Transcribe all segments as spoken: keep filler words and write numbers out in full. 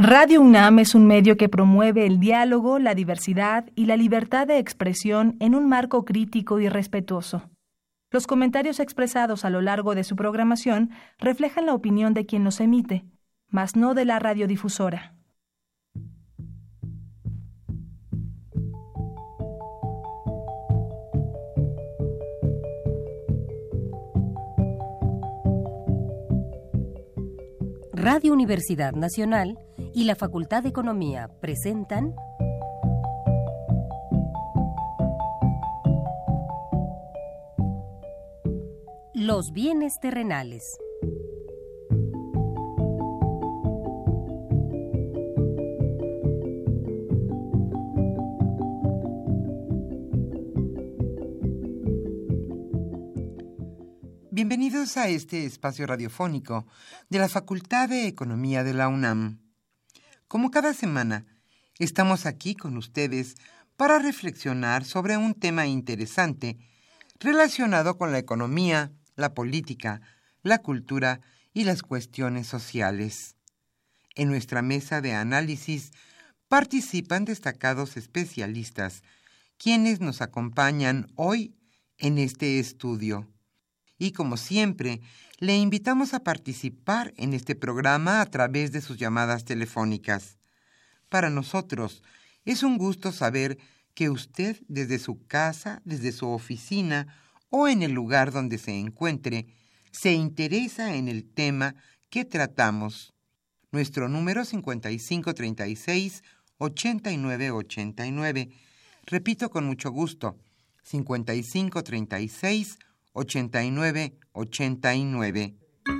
Radio UNAM es un medio que promueve el diálogo, la diversidad y la libertad de expresión en un marco crítico y respetuoso. Los comentarios expresados a lo largo de su programación reflejan la opinión de quien los emite, mas no de la radiodifusora. Radio Universidad Nacional y la Facultad de Economía presentan Los bienes terrenales. Bienvenidos a este espacio radiofónico de la Facultad de Economía de la UNAM. Como cada semana, estamos aquí con ustedes para reflexionar sobre un tema interesante relacionado con la economía, la política, la cultura y las cuestiones sociales. En nuestra mesa de análisis participan destacados especialistas, quienes nos acompañan hoy en este estudio. Y como siempre, le invitamos a participar en este programa a través de sus llamadas telefónicas. Para nosotros es un gusto saber que usted desde su casa, desde su oficina o en el lugar donde se encuentre, se interesa en el tema que tratamos. Nuestro número cincuenta y cinco treinta y seis, ochenta y nueve ochenta y nueve. Repito con mucho gusto, cincuenta y cinco treinta y seis, ochenta y nueve ochenta y nueve.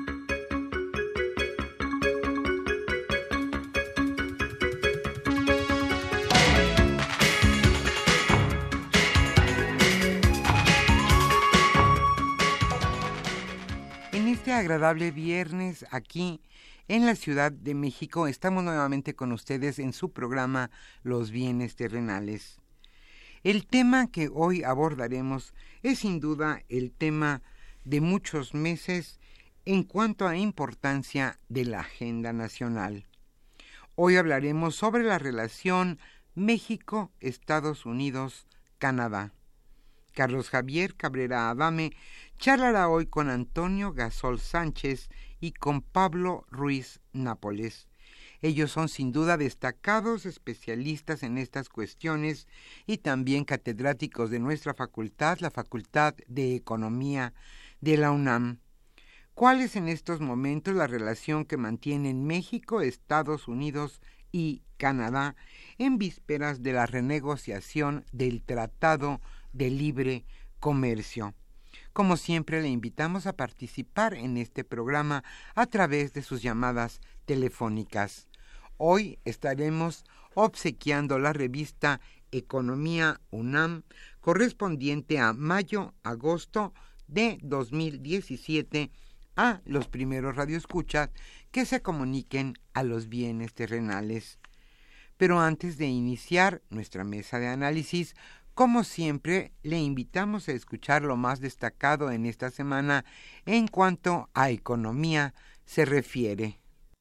En este agradable viernes aquí en la Ciudad de México estamos nuevamente con ustedes en su programa Los bienes terrenales. El tema que hoy abordaremos es sin duda el tema de muchos meses en cuanto a importancia de la agenda nacional. Hoy hablaremos sobre la relación México-Estados Unidos-Canadá. Carlos Javier Cabrera Adame charlará hoy con Antonio Gasol Sánchez y con Pablo Ruiz Nápoles. Ellos son sin duda destacados especialistas en estas cuestiones y también catedráticos de nuestra facultad, la Facultad de Economía de la UNAM. ¿Cuál es en estos momentos la relación que mantienen México, Estados Unidos y Canadá en vísperas de la renegociación del Tratado de Libre Comercio? Como siempre, le invitamos a participar en este programa a través de sus llamadas telefónicas. Hoy estaremos obsequiando la revista Economía UNAM correspondiente a mayo-agosto de dos mil diecisiete a los primeros radioescuchas que se comuniquen a los bienes terrenales. Pero antes de iniciar nuestra mesa de análisis, como siempre, le invitamos a escuchar lo más destacado en esta semana en cuanto a economía se refiere.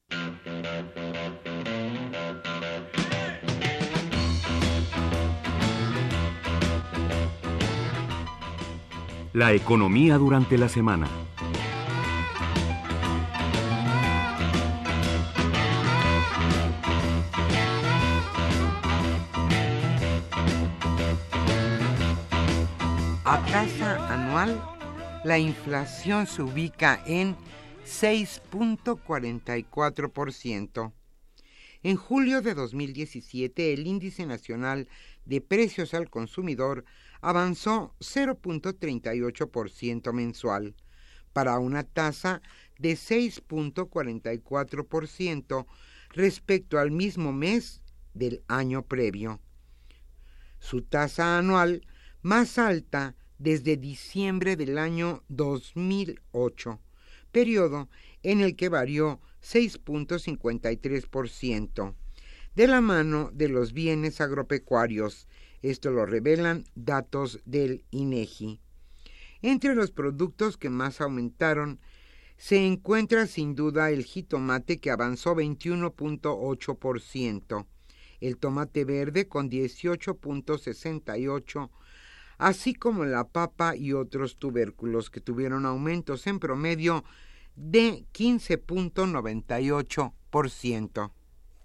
La economía durante la semana. A tasa anual, la inflación se ubica en seis punto cuarenta y cuatro por ciento. En julio de dos mil diecisiete, el índice nacional de precios al consumidor avanzó cero punto treinta y ocho por ciento mensual, para una tasa de seis punto cuarenta y cuatro por ciento respecto al mismo mes del año previo. Su tasa anual más alta desde diciembre del año dos mil ocho, periodo en el que varió seis punto cincuenta y tres por ciento, de la mano de los bienes agropecuarios. Esto lo revelan datos del INEGI. Entre los productos que más aumentaron se encuentra sin duda el jitomate, que avanzó veintiuno punto ocho por ciento, el tomate verde con dieciocho punto sesenta y ocho por ciento, así como la papa y otros tubérculos que tuvieron aumentos en promedio de quince punto noventa y ocho por ciento.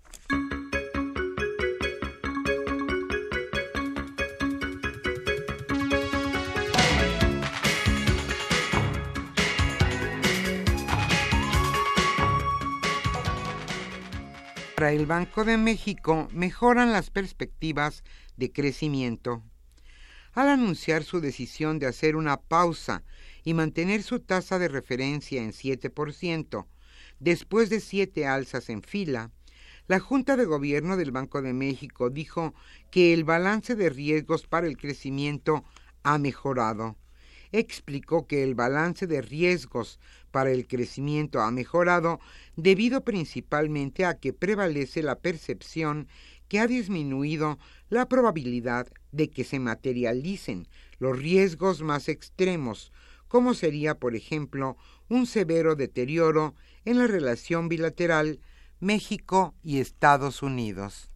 Para el Banco de México mejoran las perspectivas de crecimiento. Al anunciar su decisión de hacer una pausa y mantener su tasa de referencia en siete por ciento, después de siete alzas en fila, la Junta de Gobierno del Banco de México dijo que el balance de riesgos para el crecimiento ha mejorado. Explicó que el balance de riesgos para el crecimiento ha mejorado debido principalmente a que prevalece la percepción que ha disminuido la probabilidad de que se materialicen los riesgos más extremos, como sería, por ejemplo, un severo deterioro en la relación bilateral México y Estados Unidos.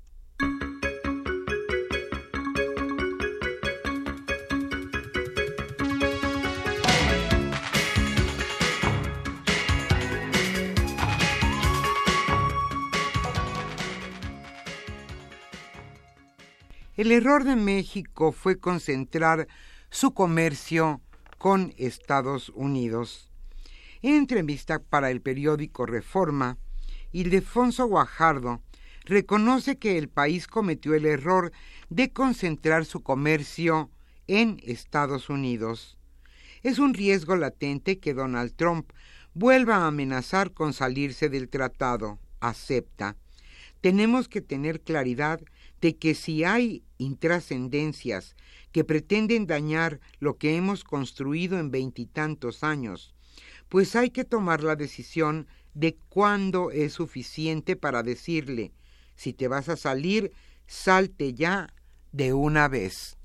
El error de México fue concentrar su comercio con Estados Unidos. En entrevista para el periódico Reforma, Ildefonso Guajardo reconoce que el país cometió el error de concentrar su comercio en Estados Unidos. Es un riesgo latente que Donald Trump vuelva a amenazar con salirse del tratado, acepta. Tenemos que tener claridad de que si hay intrascendencias que pretenden dañar lo que hemos construido en veintitantos años, pues hay que tomar la decisión de cuándo es suficiente para decirle, si te vas a salir, salte ya de una vez.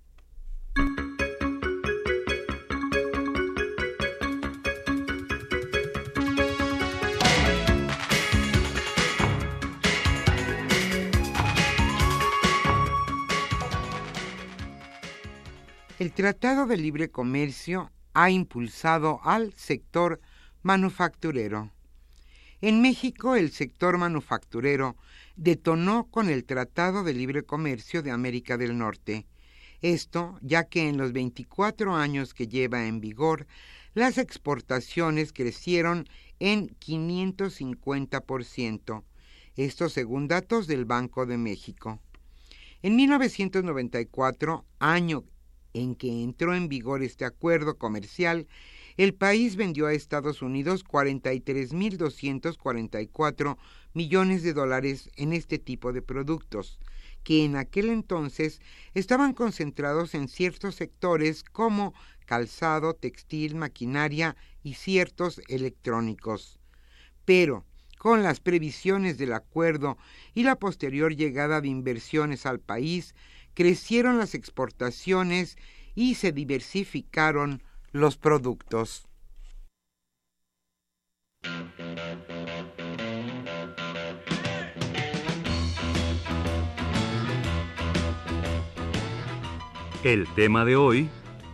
El Tratado de Libre Comercio ha impulsado al sector manufacturero. En México, el sector manufacturero detonó con el Tratado de Libre Comercio de América del Norte. Esto ya que en los veinticuatro años que lleva en vigor, las exportaciones crecieron en quinientos cincuenta por ciento, esto según datos del Banco de México. En mil novecientos noventa y cuatro, año en que entró en vigor este acuerdo comercial, el país vendió a Estados Unidos cuarenta y tres mil doscientos cuarenta y cuatro millones de dólares en este tipo de productos, que en aquel entonces estaban concentrados en ciertos sectores como calzado, textil, maquinaria y ciertos electrónicos. Pero, con las previsiones del acuerdo y la posterior llegada de inversiones al país, crecieron las exportaciones y se diversificaron los productos. El tema de hoy: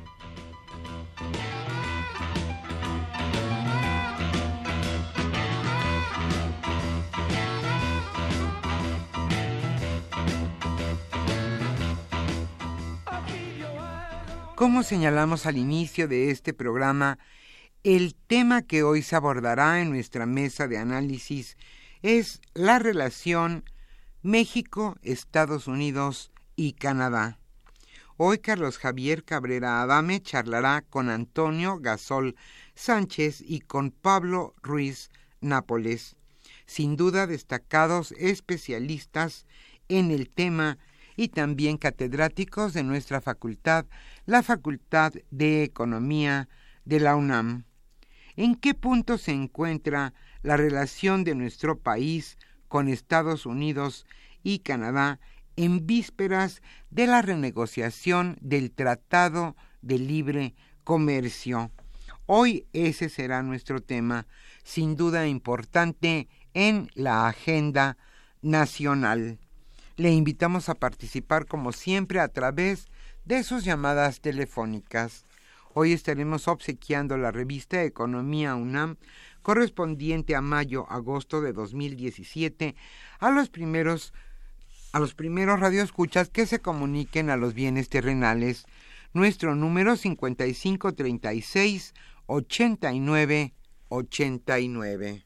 Como señalamos al inicio de este programa, el tema que hoy se abordará en nuestra mesa de análisis es la relación México, Estados Unidos y Canadá. Hoy Carlos Javier Cabrera Adame charlará con Antonio Gasol Sánchez y con Pablo Ruiz Nápoles, sin duda destacados especialistas en el tema y también catedráticos de nuestra facultad, la Facultad de Economía de la UNAM. ¿En qué punto se encuentra la relación de nuestro país con Estados Unidos y Canadá en vísperas de la renegociación del Tratado de Libre Comercio? Hoy ese será nuestro tema, sin duda importante en la agenda nacional. Le invitamos a participar como siempre a través de sus llamadas telefónicas. Hoy estaremos obsequiando la revista Economía UNAM correspondiente a mayo-agosto de dos mil diecisiete a los primeros a los primeros radioescuchas que se comuniquen a los bienes terrenales. Nuestro número cincuenta y cinco treinta y seis ochenta y nueve ochenta y nueve.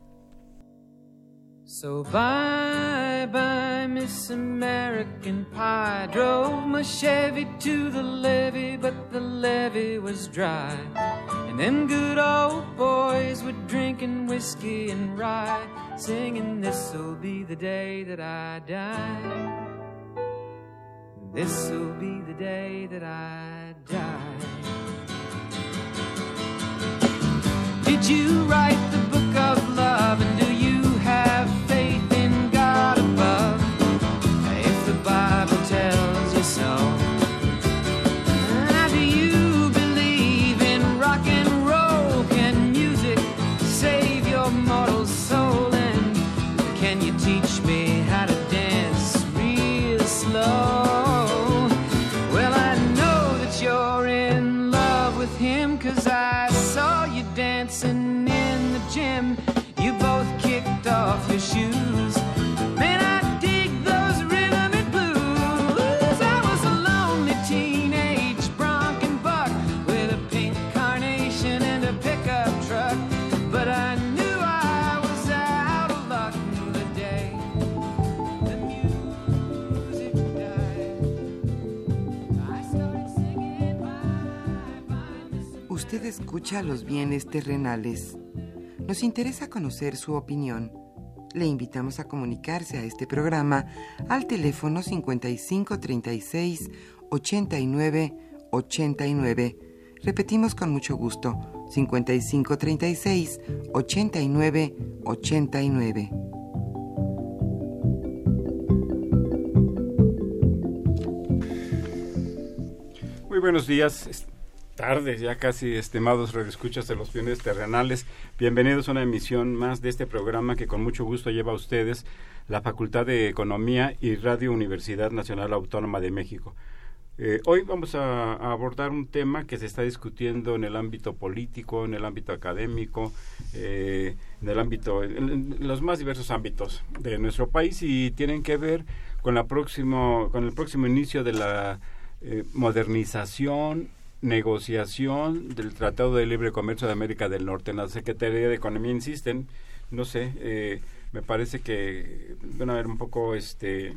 So bye bye Miss American Pie. Drove my Chevy to the levee, but the levee was dry. And them good old boys were drinking whiskey and rye, singing this'll be the day that I die. This'll be the day that I die. Did you write the book of love, and do you have faith in God above? If the Bible tells you so, do you believe in rock and roll? Can music save your mortal soul? And can you teach me how to dance real slow? Well, I know that you're in love with him, 'cause I saw you dancing in the gym. You both kicked off your shoes. Man, I dig those rhythm and blues. I was a lonely teenage bronc and buck with a pink carnation and a pickup truck, but I knew I was out of luck the day the music died. I started singing bye bye Miss America. Usted escucha Los Bienes Terrenales. Nos interesa conocer su opinión. Le invitamos a comunicarse a este programa al teléfono cincuenta y cinco treinta y seis ochenta y nueve ochenta y nueve. Repetimos con mucho gusto, cincuenta y cinco treinta y seis ochenta y nueve ochenta y nueve. Muy buenos días. Tardes, ya casi, estimados radioescuchas de Los Bienes Terrenales. Bienvenidos a una emisión más de este programa que con mucho gusto lleva a ustedes la Facultad de Economía y Radio Universidad Nacional Autónoma de México. Eh, hoy vamos a, a abordar un tema que se está discutiendo en el ámbito político, en el ámbito académico, eh, en el ámbito, en, en los más diversos ámbitos de nuestro país, y tienen que ver con la próximo, con el próximo inicio de la eh, modernización, negociación del Tratado de Libre Comercio de América del Norte. En la Secretaría de Economía insisten, no sé, eh, me parece que van a ver un poco, este,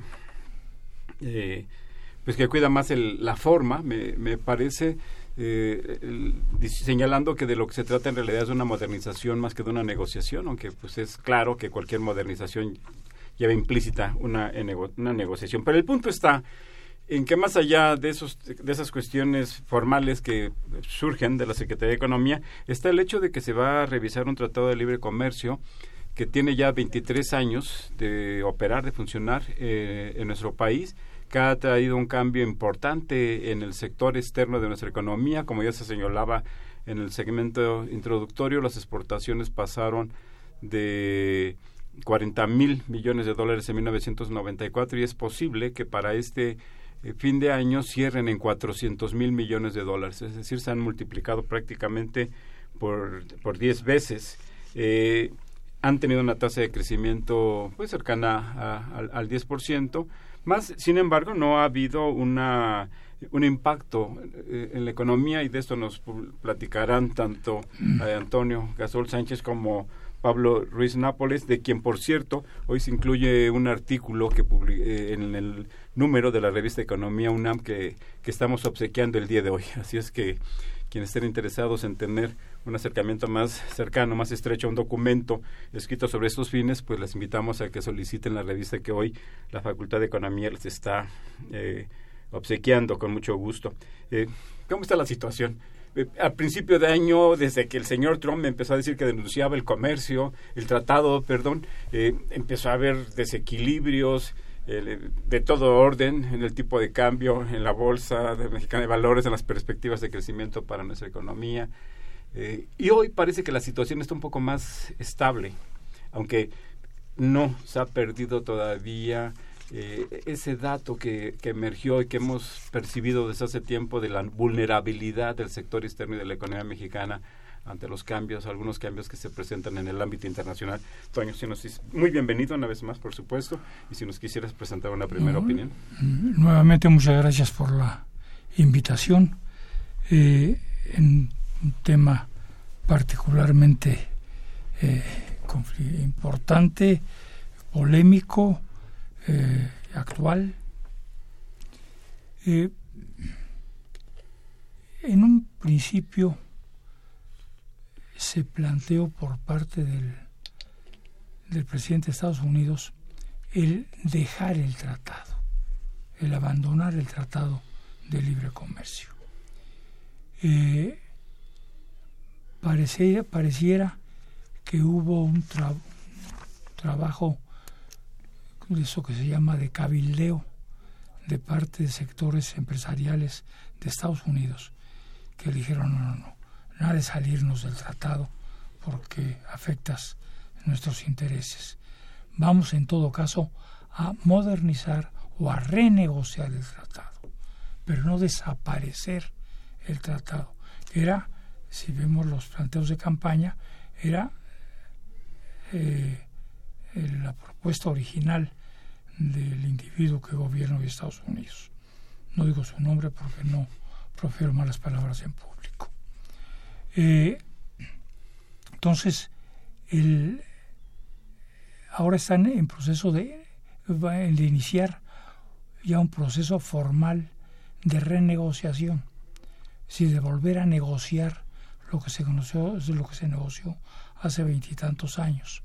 eh, pues que cuida más el, la forma, me, me parece, eh, el, señalando que de lo que se trata en realidad es de una modernización más que de una negociación, aunque pues es claro que cualquier modernización lleva implícita una, una negociación. Pero el punto está en que más allá de esos de esas cuestiones formales que surgen de la Secretaría de Economía, está el hecho de que se va a revisar un tratado de libre comercio que tiene ya veintitrés años de operar, de funcionar eh, en nuestro país, que ha traído un cambio importante en el sector externo de nuestra economía. Como ya se señalaba en el segmento introductorio, las exportaciones pasaron de cuarenta mil millones de dólares en mil novecientos noventa y cuatro, y es posible que para este eh, fin de año cierren en cuatrocientos mil millones de dólares, es decir, se han multiplicado prácticamente por, por diez veces. Eh, han tenido una tasa de crecimiento pues cercana a, a, al diez por ciento, más, sin embargo, no ha habido una un impacto eh, en la economía, y de esto nos platicarán tanto eh, Antonio Gasol Sánchez como Pablo Ruiz Nápoles, de quien, por cierto, hoy se incluye un artículo que publi- eh, en el número de la revista Economía UNAM que, que estamos obsequiando el día de hoy. Así es que quienes estén interesados en tener un acercamiento más cercano, más estrecho a un documento escrito sobre estos fines, pues les invitamos a que soliciten la revista que hoy la Facultad de Economía les está eh, obsequiando con mucho gusto. Eh, ¿Cómo está la situación? Eh, al principio de año, desde que el señor Trump empezó a decir que denunciaba el comercio, el tratado, perdón, eh, empezó a haber desequilibrios eh, de todo orden en el tipo de cambio, en la bolsa de mexicana de valores, en las perspectivas de crecimiento para nuestra economía. Eh, y hoy parece que la situación está un poco más estable, aunque no se ha perdido todavía eh, ese dato que, que emergió y que hemos percibido desde hace tiempo de la vulnerabilidad del sector externo y de la economía mexicana ante los cambios, algunos cambios que se presentan en el ámbito internacional. Toño, si nos, muy bienvenido una vez más, por supuesto, y si nos quisieras presentar una primera no, opinión. Nuevamente, muchas gracias por la invitación. Eh, en un tema particularmente eh, importante, polémico, eh, actual. Eh, en un principio se planteó por parte del, del presidente de Estados Unidos el dejar el tratado, el abandonar el tratado de libre comercio. Eh, pareciera, pareciera que hubo un tra- trabajo de eso que se llama de cabildeo de parte de sectores empresariales de Estados Unidos que dijeron no, no, no, nada de salirnos del tratado porque afectas nuestros intereses. Vamos en todo caso a modernizar o a renegociar el tratado, pero no desaparecer el tratado. Era, si vemos los planteos de campaña, era eh, la propuesta original del individuo que gobierna hoy Estados Unidos. No digo su nombre porque no profiero malas palabras en público. Eh, entonces, el, ahora están en proceso de, de iniciar ya un proceso formal de renegociación, es decir, de volver a negociar lo que se conoció, lo que se negoció hace veintitantos años.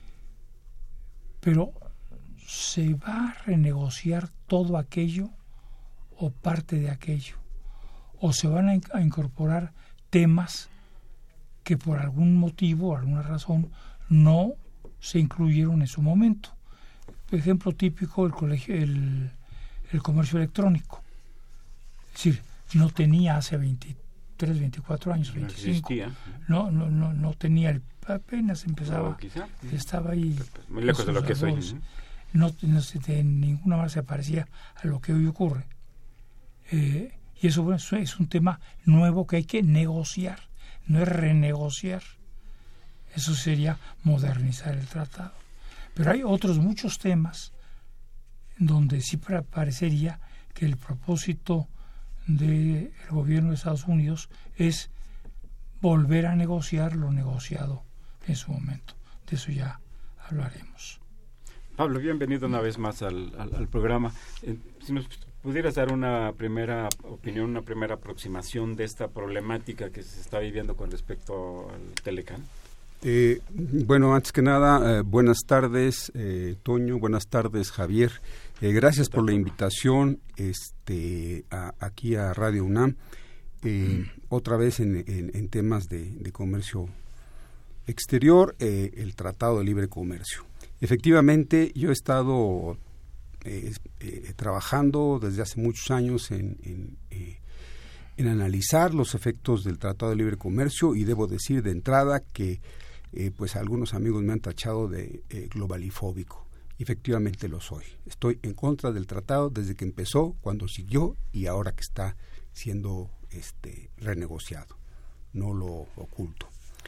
Pero ¿se va a renegociar todo aquello o parte de aquello? ¿O se van a, a incorporar temas que por algún motivo, alguna razón, no se incluyeron en su momento? Por ejemplo típico, el colegio, el, el comercio electrónico. Es decir, no tenía hace veintitrés, veinticuatro años, veinticinco. No, no, no, no tenía, el, apenas empezaba, no, estaba ahí. Muy lejos de lo que soy. ¿eh? No, no se, de ninguna manera se parecía a lo que hoy ocurre. Eh, y eso, bueno, eso es un tema nuevo que hay que negociar, no es renegociar. Eso sería modernizar el tratado. Pero hay otros muchos temas donde sí parecería que el propósito del gobierno de Estados Unidos es volver a negociar lo negociado en su momento. De eso ya hablaremos. Pablo, bienvenido una vez más al, al, al programa. Eh, si nos pudieras dar una primera opinión, una primera aproximación de esta problemática que se está viviendo con respecto al Telecán. Eh, bueno, antes que nada, eh, buenas tardes, eh, Toño, buenas tardes, Javier. Eh, gracias por la invitación este, a, aquí a Radio UNAM, eh, mm. otra vez en, en, en temas de, de comercio exterior, eh, el Tratado de Libre Comercio. Efectivamente, yo he estado eh, eh, trabajando desde hace muchos años en, en, eh, en analizar los efectos del Tratado de Libre Comercio y debo decir de entrada que eh, pues algunos amigos me han tachado de eh, globalifóbico. Efectivamente lo soy. Estoy en contra del tratado desde que empezó, cuando siguió y ahora que está siendo este renegociado. No lo oculto.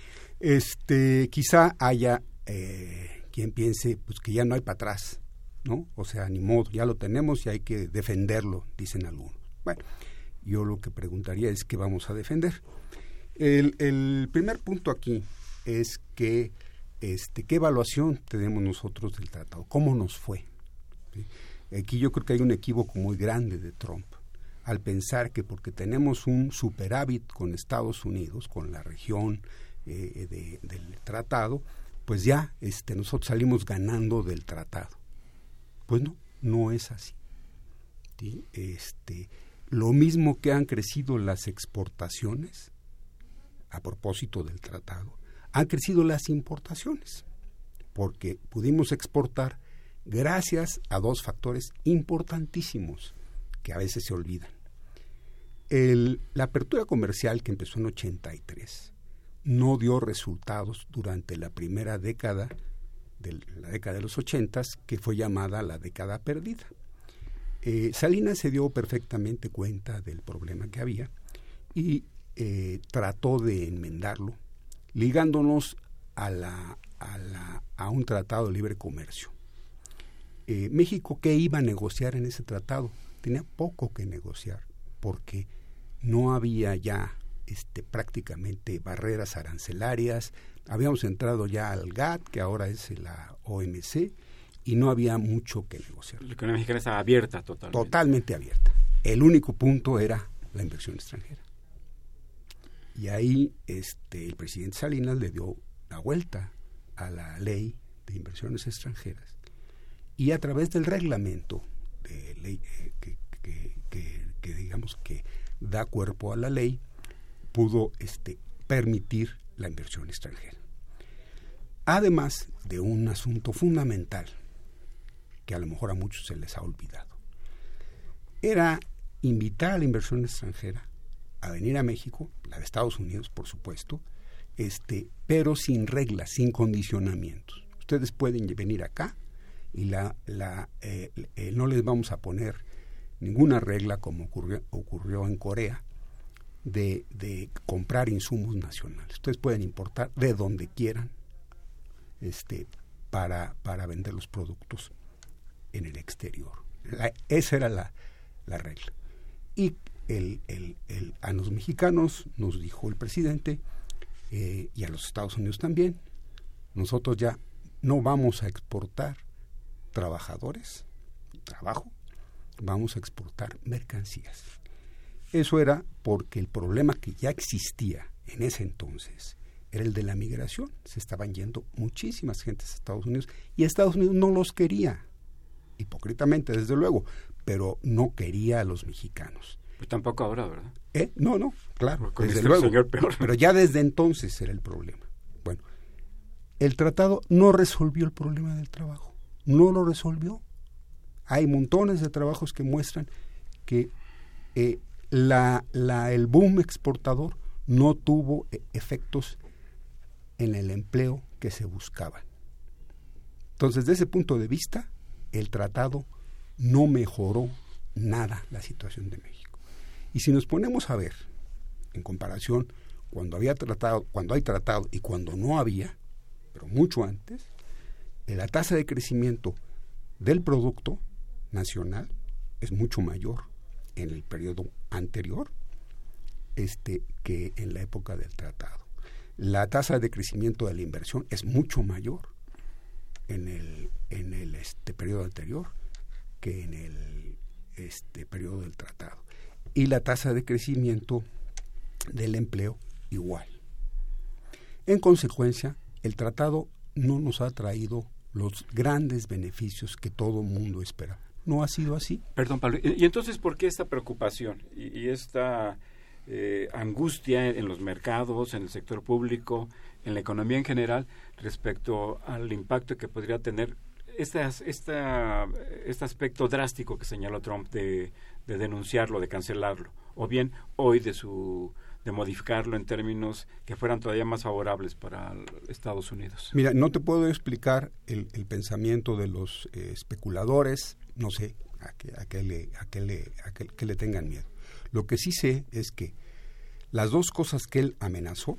Este, quizá haya eh, quien piense pues que ya no hay para atrás, ¿no? O sea, ni modo, ya lo tenemos y hay que defenderlo, dicen algunos. Bueno, yo lo que preguntaría es qué vamos a defender. El, el primer punto aquí es que Este, ¿qué evaluación tenemos nosotros del tratado? ¿Cómo nos fue? ¿Sí? Aquí yo creo que hay un equívoco muy grande de Trump al pensar que porque tenemos un superávit con Estados Unidos, con la región eh, de, del tratado, pues ya este, nosotros salimos ganando del tratado. Pues no, no es así. ¿Sí? Este, lo mismo que han crecido las exportaciones, a propósito del tratado, han crecido las importaciones, porque pudimos exportar gracias a dos factores importantísimos que a veces se olvidan. El, la apertura comercial que empezó en ochenta y tres no dio resultados durante la primera década, de la década de los ochentas, que fue llamada la década perdida. Eh, Salinas se dio perfectamente cuenta del problema que había y eh, trató de enmendarlo, ligándonos a, la, a, la, a un tratado de libre comercio. Eh, México, ¿qué iba a negociar en ese tratado? Tenía poco que negociar, porque no había ya este, prácticamente barreras arancelarias. Habíamos entrado ya al G A T T, que ahora es la O M C, y no había mucho que negociar. La economía mexicana estaba abierta totalmente. Totalmente abierta. El único punto era la inversión extranjera. Y ahí este, el presidente Salinas le dio la vuelta a la ley de inversiones extranjeras, y a través del reglamento de ley eh, que, que, que, que digamos que da cuerpo a la ley, pudo este, permitir la inversión extranjera. Además de un asunto fundamental que a lo mejor a muchos se les ha olvidado, era invitar a la inversión extranjera a venir a México, la de Estados Unidos, por supuesto, este, pero sin reglas, sin condicionamientos. Ustedes pueden venir acá y la, la, eh, eh, no les vamos a poner ninguna regla, como ocurrió, ocurrió en Corea, de, de comprar insumos nacionales. Ustedes pueden importar de donde quieran este, para, para vender los productos en el exterior. La, esa era la, la regla. Y el, el, el, a los mexicanos nos dijo el presidente, eh, y a los Estados Unidos también, nosotros ya no vamos a exportar trabajadores, trabajo, vamos a exportar mercancías. Eso era porque el problema que ya existía en ese entonces era el de la migración. Se estaban yendo muchísimas gentes a Estados Unidos y Estados Unidos no los quería, hipócritamente desde luego, pero no quería a los mexicanos. Pues tampoco ahora, ¿verdad? ¿Eh? No, no, claro, Con desde este luego, señor peor. Pero ya desde entonces era el problema. Bueno, el tratado no resolvió el problema del trabajo, no lo resolvió. Hay montones de trabajos que muestran que eh, la, la, el boom exportador no tuvo eh, efectos en el empleo que se buscaban. Entonces, desde ese punto de vista, el tratado no mejoró nada la situación de México. Y si nos ponemos a ver, en comparación, cuando había tratado, cuando hay tratado y cuando no había, pero mucho antes, eh, la tasa de crecimiento del producto nacional es mucho mayor en el periodo anterior este, que en la época del tratado. La tasa de crecimiento de la inversión es mucho mayor en el, en el este, periodo anterior que en el este, periodo del tratado. Y la tasa de crecimiento del empleo igual. En consecuencia, el tratado no nos ha traído los grandes beneficios que todo mundo espera. No ha sido así. Perdón, Pablo. ¿Y, y entonces por qué esta preocupación y, y esta eh, angustia en los mercados, en el sector público, en la economía en general, respecto al impacto que podría tener este, esta, este aspecto drástico que señaló Trump de, de denunciarlo, de cancelarlo, o bien hoy de su de modificarlo en términos que fueran todavía más favorables para Estados Unidos? Mira, no te puedo explicar el, el pensamiento de los eh, especuladores, no sé a qué a qué le a qué le a qué, que le tengan miedo. Lo que sí sé es que las dos cosas que él amenazó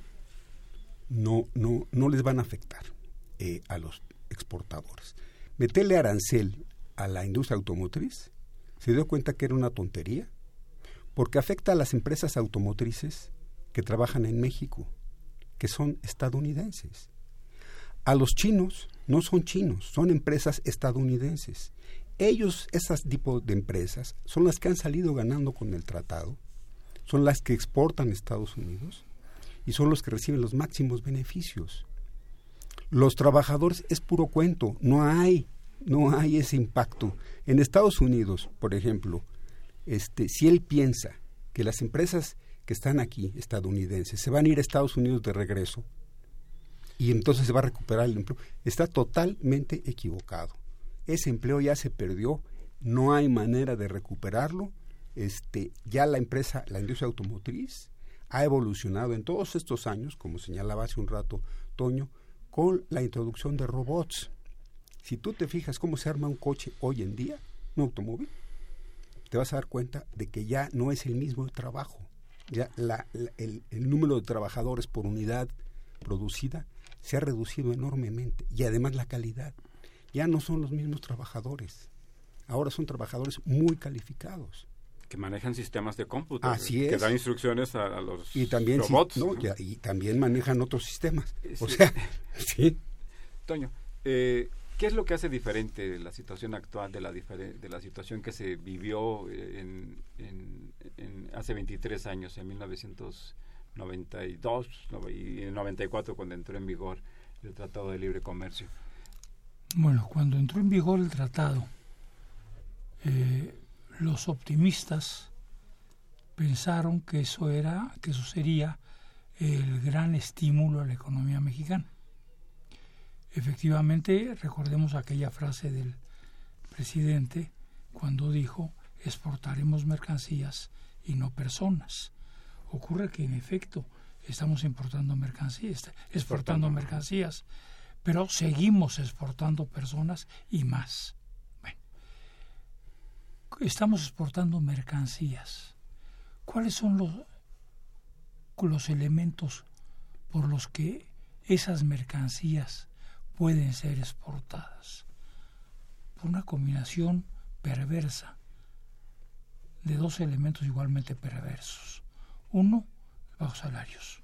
no no no les van a afectar eh, a los exportadores. Meterle arancel a la industria automotriz, se dio cuenta que era una tontería, porque afecta a las empresas automotrices que trabajan en México, que son estadounidenses. A los chinos no son chinos, son empresas estadounidenses. Ellos, esas tipos de empresas, son las que han salido ganando con el tratado, son las que exportan a Estados Unidos y son los que reciben los máximos beneficios. Los trabajadores es puro cuento, no hay, no hay ese impacto. En Estados Unidos, por ejemplo, Este, si él piensa que las empresas que están aquí, estadounidenses, se van a ir a Estados Unidos de regreso y entonces se va a recuperar el empleo, está totalmente equivocado. Ese empleo ya se perdió, no hay manera de recuperarlo. Este, ya la empresa, la industria automotriz, ha evolucionado en todos estos años, como señalaba hace un rato Toño, con la introducción de robots. Si tú te fijas cómo se arma un coche hoy en día, un automóvil, te vas a dar cuenta de que ya no es el mismo trabajo. Ya la, la, el, el número de trabajadores por unidad producida se ha reducido enormemente, y además la calidad. Ya no son los mismos trabajadores. Ahora son trabajadores muy calificados. Que manejan sistemas de cómputo. Así es. Que dan instrucciones a, a los y también, robots. Sí, no, ya, y también manejan otros sistemas. Sí. O sea, sí. Toño, eh, ¿qué es lo que hace diferente la situación actual de la, difere- de la situación que se vivió en, en, en hace veintitrés años, en mil novecientos noventa y dos y en noventa y cuatro, cuando entró en vigor el Tratado de Libre Comercio? Bueno, cuando entró en vigor el tratado, eh, los optimistas pensaron que eso era, que eso sería el gran estímulo a la economía mexicana. Efectivamente, recordemos aquella frase del presidente cuando dijo: exportaremos mercancías y no personas. Ocurre que en efecto estamos importando mercancías, exportando mercancías, pero seguimos exportando personas y más. Bueno, estamos exportando mercancías. ¿Cuáles son los, los elementos por los que esas mercancías pueden ser exportadas? Por una combinación perversa de dos elementos igualmente perversos. Uno, bajos salarios.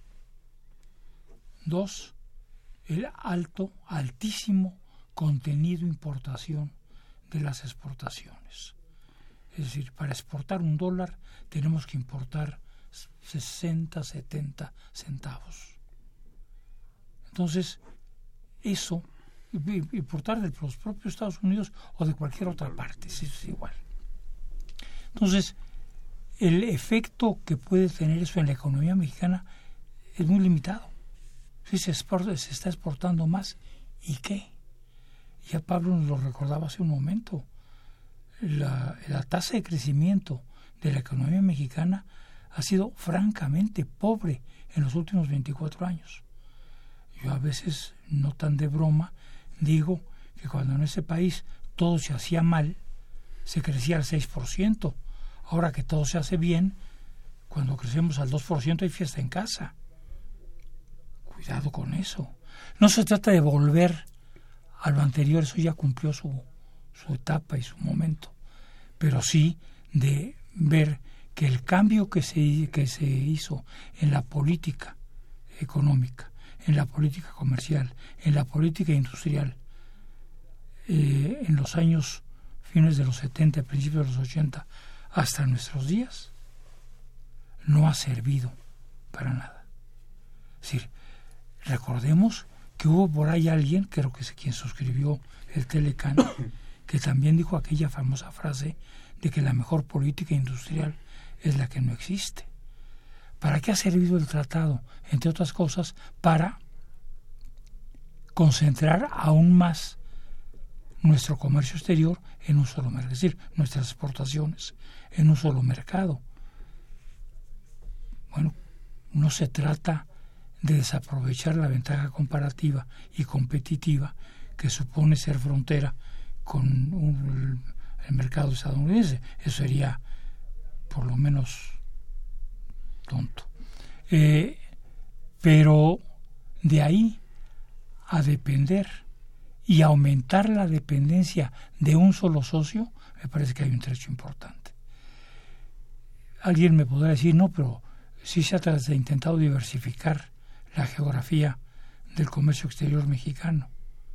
Dos, el alto, altísimo contenido de importación de las exportaciones. Es decir, para exportar un dólar tenemos que importar sesenta, setenta centavos. Entonces, eso, importar de los propios Estados Unidos o de cualquier otra parte, eso es igual. Entonces, el efecto que puede tener eso en la economía mexicana es muy limitado. Si se, exporta, se está exportando más, ¿y qué? Ya Pablo nos lo recordaba hace un momento. La, la tasa de crecimiento de la economía mexicana ha sido francamente pobre en los últimos veinticuatro años. Yo a veces, no tan de broma, digo que cuando en ese país todo se hacía mal, se crecía al seis por ciento. Ahora que todo se hace bien, cuando crecemos al dos por ciento hay fiesta en casa. Cuidado con eso. No se trata de volver a lo anterior, eso ya cumplió su, su etapa y su momento, pero sí de ver que el cambio que se, que se hizo en la política económica, en la política comercial, en la política industrial, eh, en los años fines de los setenta, principios de los ochenta, hasta nuestros días, no ha servido para nada. Es decir, recordemos que hubo por ahí alguien, creo que es quien suscribió el Telecán, que también dijo aquella famosa frase de que la mejor política industrial es la que no existe. ¿Para qué ha servido el tratado? Entre otras cosas, para concentrar aún más nuestro comercio exterior en un solo mercado, es decir, nuestras exportaciones en un solo mercado. Bueno, no se trata de desaprovechar la ventaja comparativa y competitiva que supone ser frontera con un, el mercado estadounidense. Eso sería por lo menos tonto. Eh, pero de ahí a depender y aumentar la dependencia de un solo socio, me parece que hay un trecho importante. Alguien me podrá decir, no, pero sí se ha intentado diversificar la geografía del comercio exterior mexicano.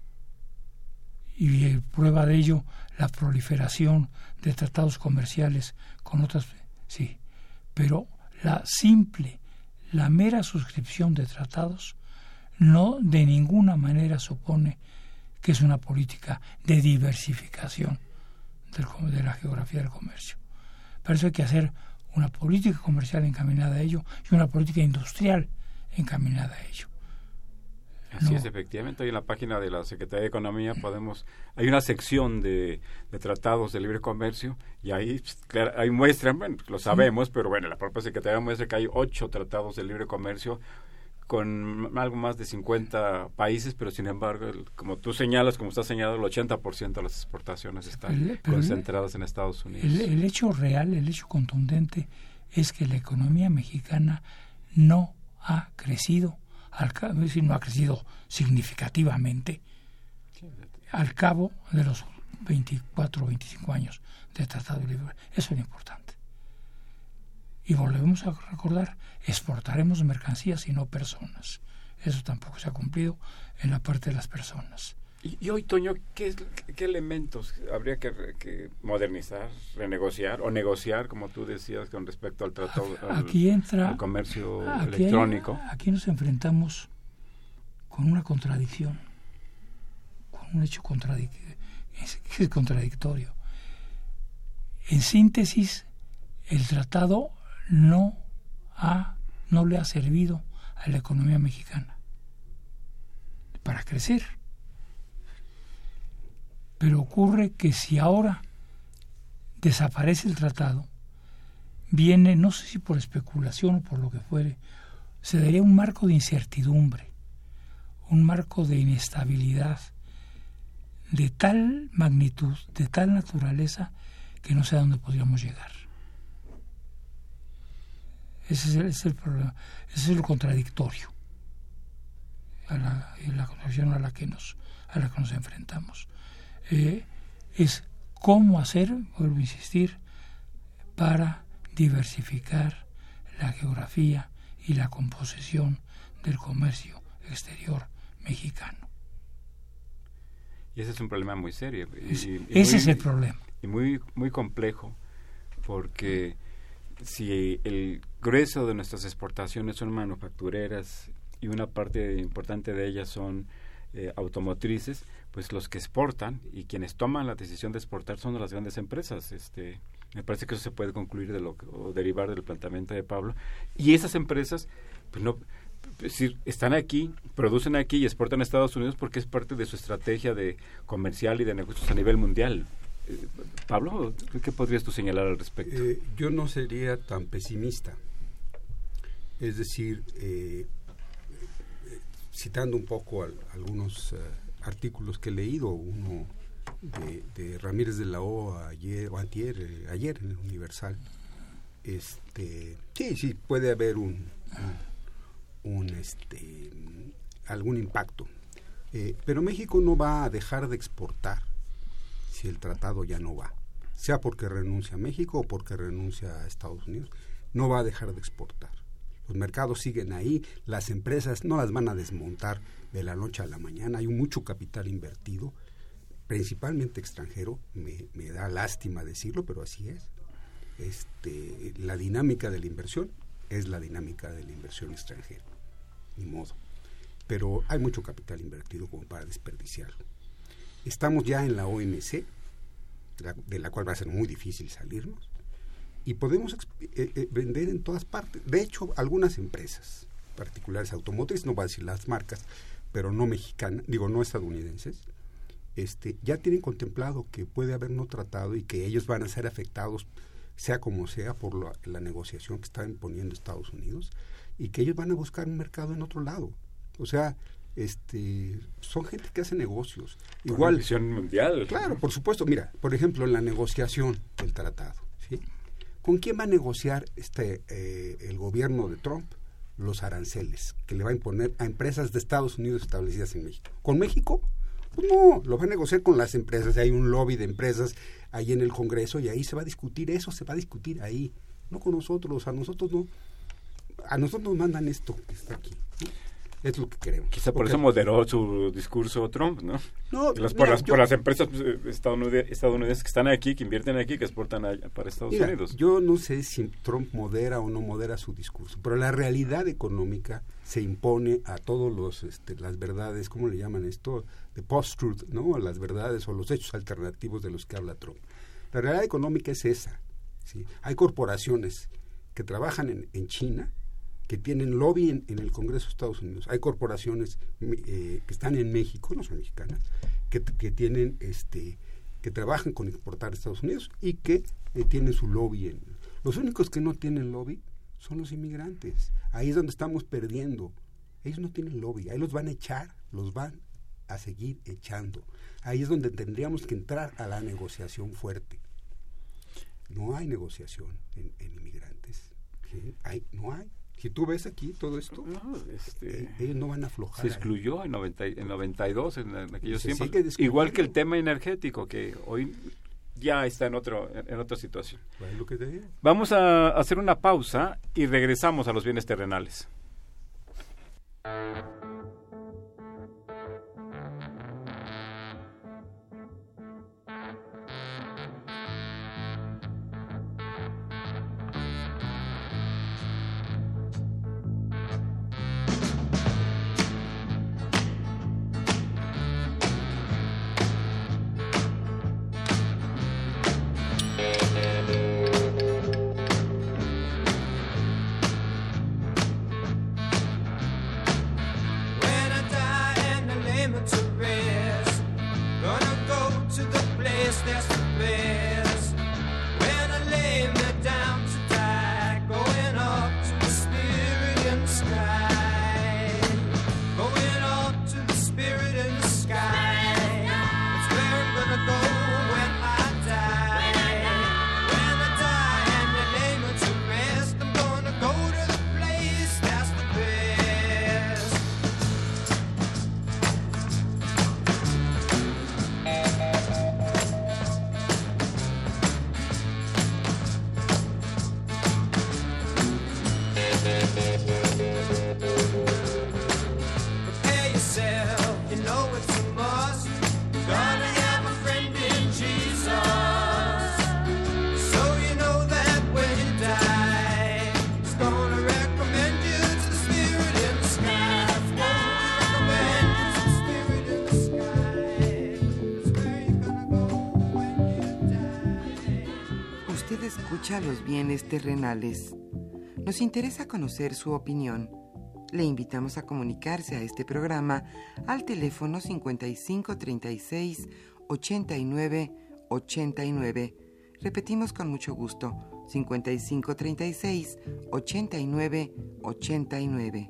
Y prueba de ello la proliferación de tratados comerciales con otras, sí, pero la simple, la mera suscripción de tratados no de ninguna manera supone que es una política de diversificación del, de la geografía del comercio. Para eso hay que hacer una política comercial encaminada a ello y una política industrial encaminada a ello. Así No. es, efectivamente. Hoy en la página de la Secretaría de Economía podemos, hay una sección de, de tratados de libre comercio y ahí, pues, claro, ahí muestran, bueno, lo sabemos, pero bueno, la propia Secretaría muestra que hay ocho tratados de libre comercio con algo más de cincuenta países, pero sin embargo, el, como tú señalas, como está señalado, el ochenta por ciento de las exportaciones están Pero el- pero concentradas en Estados Unidos. El, el hecho real, el hecho contundente es que la economía mexicana no ha crecido, al cabo, es decir, no ha crecido significativamente al cabo de los veinticuatro o veinticinco años de Tratado de Libre. Eso es lo importante. Y volvemos a recordar, exportaremos mercancías y no personas. Eso tampoco se ha cumplido en la parte de las personas. Y, y hoy, Toño, ¿qué, es- qué, qué elementos habría que, re- que modernizar, renegociar o negociar, como tú decías, con respecto al tratado, al, Aquí entra al comercio aquí hay- electrónico? aquí nos enfrentamos con una contradicción, con un hecho contradic- es, es contradictorio. En síntesis, el tratado no ha, no le ha servido a la economía mexicana para crecer. Pero ocurre que si ahora desaparece el tratado, viene, no sé si por especulación o por lo que fuere, se daría un marco de incertidumbre, un marco de inestabilidad de tal magnitud, de tal naturaleza, que no sé a dónde podríamos llegar. Ese es el, ese es el problema, ese es lo contradictorio, a la, a la contradicción a la que nos, a la que nos enfrentamos. Eh, es cómo hacer, vuelvo a insistir, para diversificar la geografía y la composición del comercio exterior mexicano. Y ese es un problema muy serio. Y, Es- y ese muy- es el problema. Y muy, muy complejo, porque si el grueso de nuestras exportaciones son manufactureras y una parte importante de ellas son eh, automotrices, pues los que exportan y quienes toman la decisión de exportar son las grandes empresas. Este, me parece que eso se puede concluir de lo que- o derivar del planteamiento de Pablo. Y esas empresas, pues no, es decir, están aquí, producen aquí y exportan a Estados Unidos porque es parte de su estrategia de comercial y de negocios a nivel mundial. Eh, Pablo, ¿qué podrías tú señalar al respecto? Eh, yo no sería tan pesimista. Es decir, eh, eh, citando un poco al- algunos eh, artículos que he leído, uno de, de Ramírez de la O ayer o antier, eh, ayer en el Universal, este, sí, sí puede haber un, un, un, este, algún impacto, eh, pero México no va a dejar de exportar si el tratado ya no va, sea porque renuncia a México o porque renuncia a Estados Unidos, no va a dejar de exportar. Los mercados siguen ahí, las empresas no las van a desmontar de la noche a la mañana, hay mucho capital invertido, principalmente extranjero, me, me da lástima decirlo, pero así es. Este, la dinámica de la inversión es la dinámica de la inversión extranjera, ni modo. Pero hay mucho capital invertido como para desperdiciarlo. Estamos ya en la O M C, de la, de la cual va a ser muy difícil salirnos, y podemos eh, eh, vender en todas partes. De hecho, algunas empresas particulares automotrices, no voy a decir las marcas, pero no mexicanas, digo no estadounidenses, este, ya tienen contemplado que puede haber no tratado y que ellos van a ser afectados, sea como sea, por la, la negociación que está imponiendo Estados Unidos, y que ellos van a buscar un mercado en otro lado. O sea, este, son gente que hace negocios. Con Igual, una visión mundial. claro, por supuesto. Mira, por ejemplo, en la negociación del tratado, ¿sí? ¿Con quién va a negociar este eh, el gobierno de Trump los aranceles que le va a imponer a empresas de Estados Unidos establecidas en México? ¿Con México? Pues no, lo va a negociar con las empresas. Hay un lobby de empresas ahí en el Congreso y ahí se va a discutir eso, se va a discutir ahí, no con nosotros. A nosotros no, a nosotros nos mandan esto que está aquí, ¿no? Es lo que queremos. Quizá por Porque- eso moderó su discurso Trump, ¿no? No, Las, por, mira, las, yo- por las empresas eh, estadounid- estadounidenses que están aquí, que invierten aquí, que exportan allá para Estados Mira, Unidos. yo no sé si Trump modera o no modera su discurso, pero la realidad económica se impone a todos los este, las verdades, ¿cómo le llaman esto? De post-truth, ¿no? Las verdades o los hechos alternativos de los que habla Trump. La realidad económica es esa, ¿sí? Hay corporaciones que trabajan en, en China que tienen lobby en, en el Congreso de Estados Unidos. Hay corporaciones eh, que están en México, no son mexicanas, que, que tienen este que trabajan con exportar a Estados Unidos y que eh, tienen su lobby. En, los únicos que no tienen lobby son los inmigrantes. Ahí es donde estamos perdiendo. Ellos no tienen lobby, ahí los van a echar, los van a seguir echando. Ahí es donde tendríamos que entrar a la negociación fuerte. No hay negociación en, en inmigrantes. ¿Sí? Hay, no hay. Si tú ves aquí todo esto, no, este, eh, ellos no van a aflojar. Se excluyó ahí. en, noventa, en noventa y dos, en, en aquellos se tiempos. Igual que el tema energético, que hoy ya está en otro en otra situación. ¿Es lo que te digo? Vamos a hacer una pausa y regresamos a los bienes terrenales. Escucha los bienes terrenales. Nos interesa conocer su opinión. Le invitamos a comunicarse a este programa al teléfono cincuenta y cinco treinta y seis ochenta y nueve ochenta y nueve. Repetimos con mucho gusto, cincuenta y cinco treinta y seis ochenta y nueve ochenta y nueve.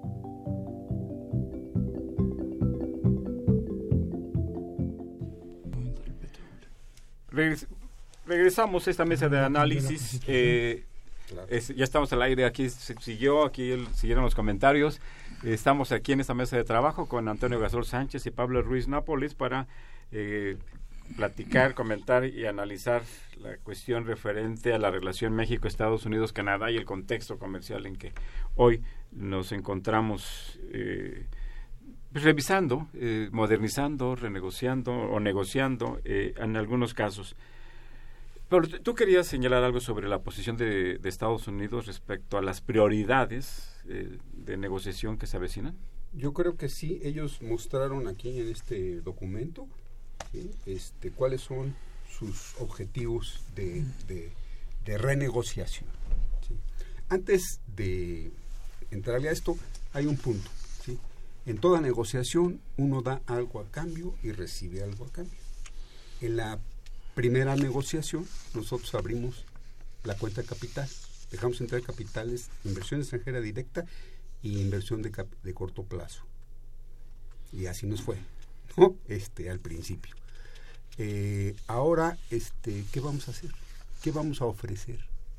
Regres- regresamos a esta mesa de análisis. Eh, es, ya estamos al aire, aquí se siguió, aquí el, siguieron los comentarios. Eh, estamos aquí en esta mesa de trabajo con Antonio Gasol Sánchez y Pablo Ruiz Nápoles para eh, platicar, comentar y analizar la cuestión referente a la relación México-Estados Unidos-Canadá y el contexto comercial en que hoy nos encontramos eh, revisando, eh, modernizando, renegociando o negociando eh, en algunos casos. Pero tú querías señalar algo sobre la posición de, de Estados Unidos respecto a las prioridades eh, de negociación que se avecinan. Yo creo que sí, ellos mostraron aquí en este documento, ¿sí?, este, cuáles son sus objetivos de, de, de renegociación, ¿sí? Antes de entrarle a esto, hay un punto, ¿sí? En toda negociación uno da algo a cambio y recibe algo a cambio. En la primera negociación nosotros abrimos la cuenta de capital, dejamos entrar capitales, inversión extranjera directa y inversión de, cap- de corto plazo. Y así nos fue, ¿no? Este, al principio. Eh, ahora, este, ¿qué vamos a hacer? ¿Qué vamos a ofrecer?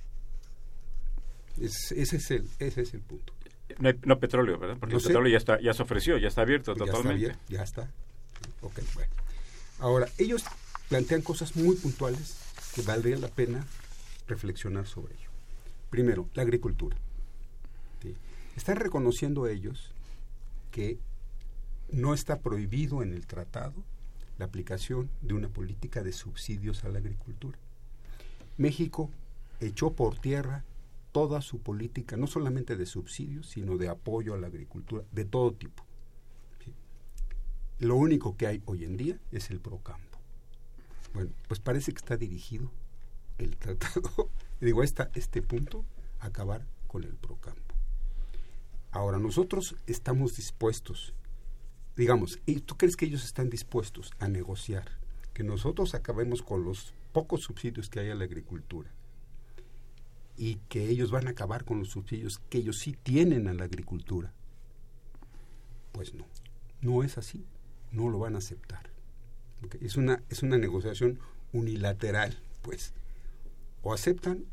Es, ese, es el, ese es el punto. No, hay, no petróleo, ¿verdad? Porque no el sé. petróleo ya está, ya se ofreció, ya está abierto ya totalmente. Está ya está. Ok, bueno. Ahora, ellos plantean cosas muy puntuales que valdría la pena reflexionar sobre ello. Primero, la agricultura. ¿Sí? Están reconociendo ellos que no está prohibido en el tratado la aplicación de una política de subsidios a la agricultura. México echó por tierra toda su política, no solamente de subsidios, sino de apoyo a la agricultura, de todo tipo. ¿Sí? Lo único que hay hoy en día es el Procampo. Bueno, pues parece que está dirigido el tratado, digo, esta, este punto, a acabar con el Procampo. Ahora, nosotros estamos dispuestos, digamos, ¿y tú crees que ellos están dispuestos a negociar que nosotros acabemos con los pocos subsidios que hay a la agricultura y que ellos van a acabar con los subsidios que ellos sí tienen a la agricultura? Pues no, no es así, no lo van a aceptar. ¿Okay? Es una, es una negociación unilateral, pues. O aceptan,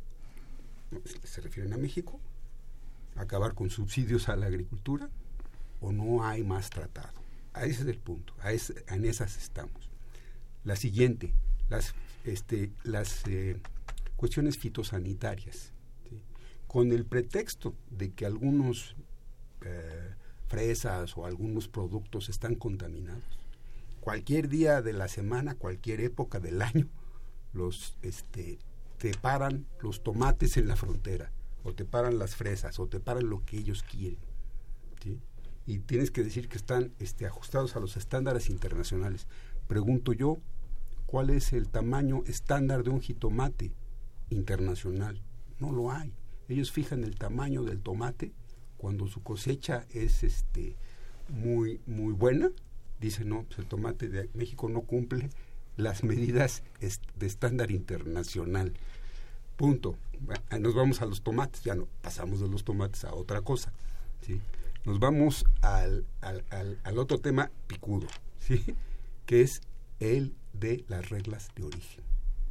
se refieren a México, acabar con subsidios a la agricultura, o no hay más tratado. Ese es el punto, a ese, en esas estamos. La siguiente, las, este, las eh, cuestiones fitosanitarias, ¿sí? Con el pretexto de que algunos eh, fresas o algunos productos están contaminados, cualquier día de la semana, cualquier época del año, los este, te paran los tomates en la frontera, o te paran las fresas, o te paran lo que ellos quieren, ¿sí? Y tienes que decir que están este, ajustados a los estándares internacionales. Pregunto yo, ¿cuál es el tamaño estándar de un jitomate internacional? No lo hay. Ellos fijan el tamaño del tomate cuando su cosecha es este muy muy buena. Dicen, no, pues el tomate de México no cumple las medidas est- de estándar internacional. Punto. Nos vamos a los tomates, ya no, pasamos de los tomates a otra cosa, ¿sí? Nos vamos al, al, al, al otro tema picudo, ¿sí? Que es el de las reglas de origen.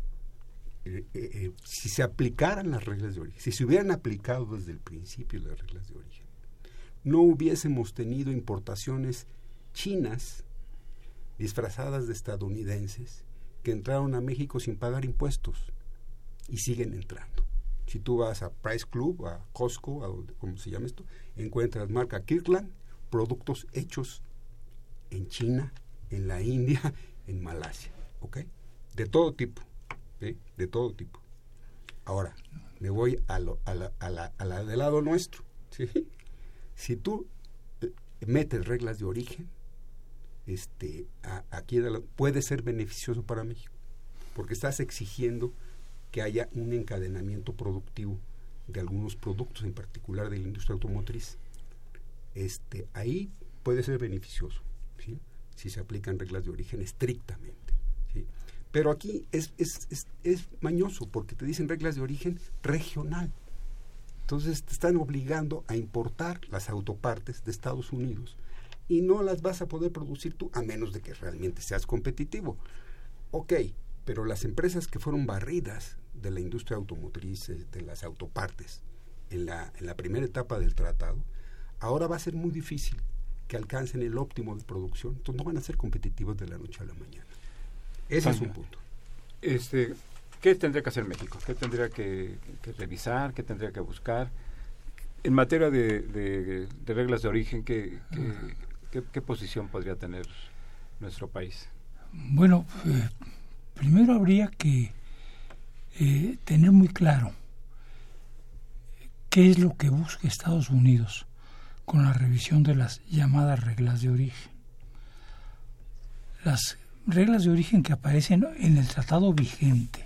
Eh, eh, eh, si se aplicaran las reglas de origen, si se hubieran aplicado desde el principio las reglas de origen, no hubiésemos tenido importaciones chinas disfrazadas de estadounidenses que entraron a México sin pagar impuestos y siguen entrando. Si tú vas a Price Club, a Costco, a donde, ¿cómo se llama esto? Encuentras marca Kirkland, productos hechos en China, en la India, en Malasia, ¿ok? De todo tipo, ¿sí? De todo tipo. Ahora, me voy a, lo, a, la, a, la, a la del lado nuestro, ¿sí? Si tú metes reglas de origen, este, a, aquí de la, puede ser beneficioso para México, porque estás exigiendo que haya un encadenamiento productivo de algunos productos, en particular de la industria automotriz. Este, ahí puede ser beneficioso, ¿sí? Si se aplican reglas de origen estrictamente, ¿sí? Pero aquí es, es, es, es mañoso, porque te dicen reglas de origen regional. Entonces te están obligando a importar las autopartes de Estados Unidos y no las vas a poder producir tú, a menos de que realmente seas competitivo. Ok, pero las empresas que fueron barridas de la industria automotriz, de las autopartes, en la, en la primera etapa del tratado, ahora va a ser muy difícil que alcancen el óptimo de producción, entonces no van a ser competitivos de la noche a la mañana. Ese Tania, es un punto. Este, ¿qué tendría que hacer México? ¿Qué tendría que, que revisar? ¿Qué tendría que buscar? En materia de, de, de reglas de origen, ¿qué, qué, qué, qué posición podría tener nuestro país? Bueno, eh, primero habría que eh, tener muy claro qué es lo que busca Estados Unidos con la revisión de las llamadas reglas de origen. Las reglas de origen que aparecen en el tratado vigente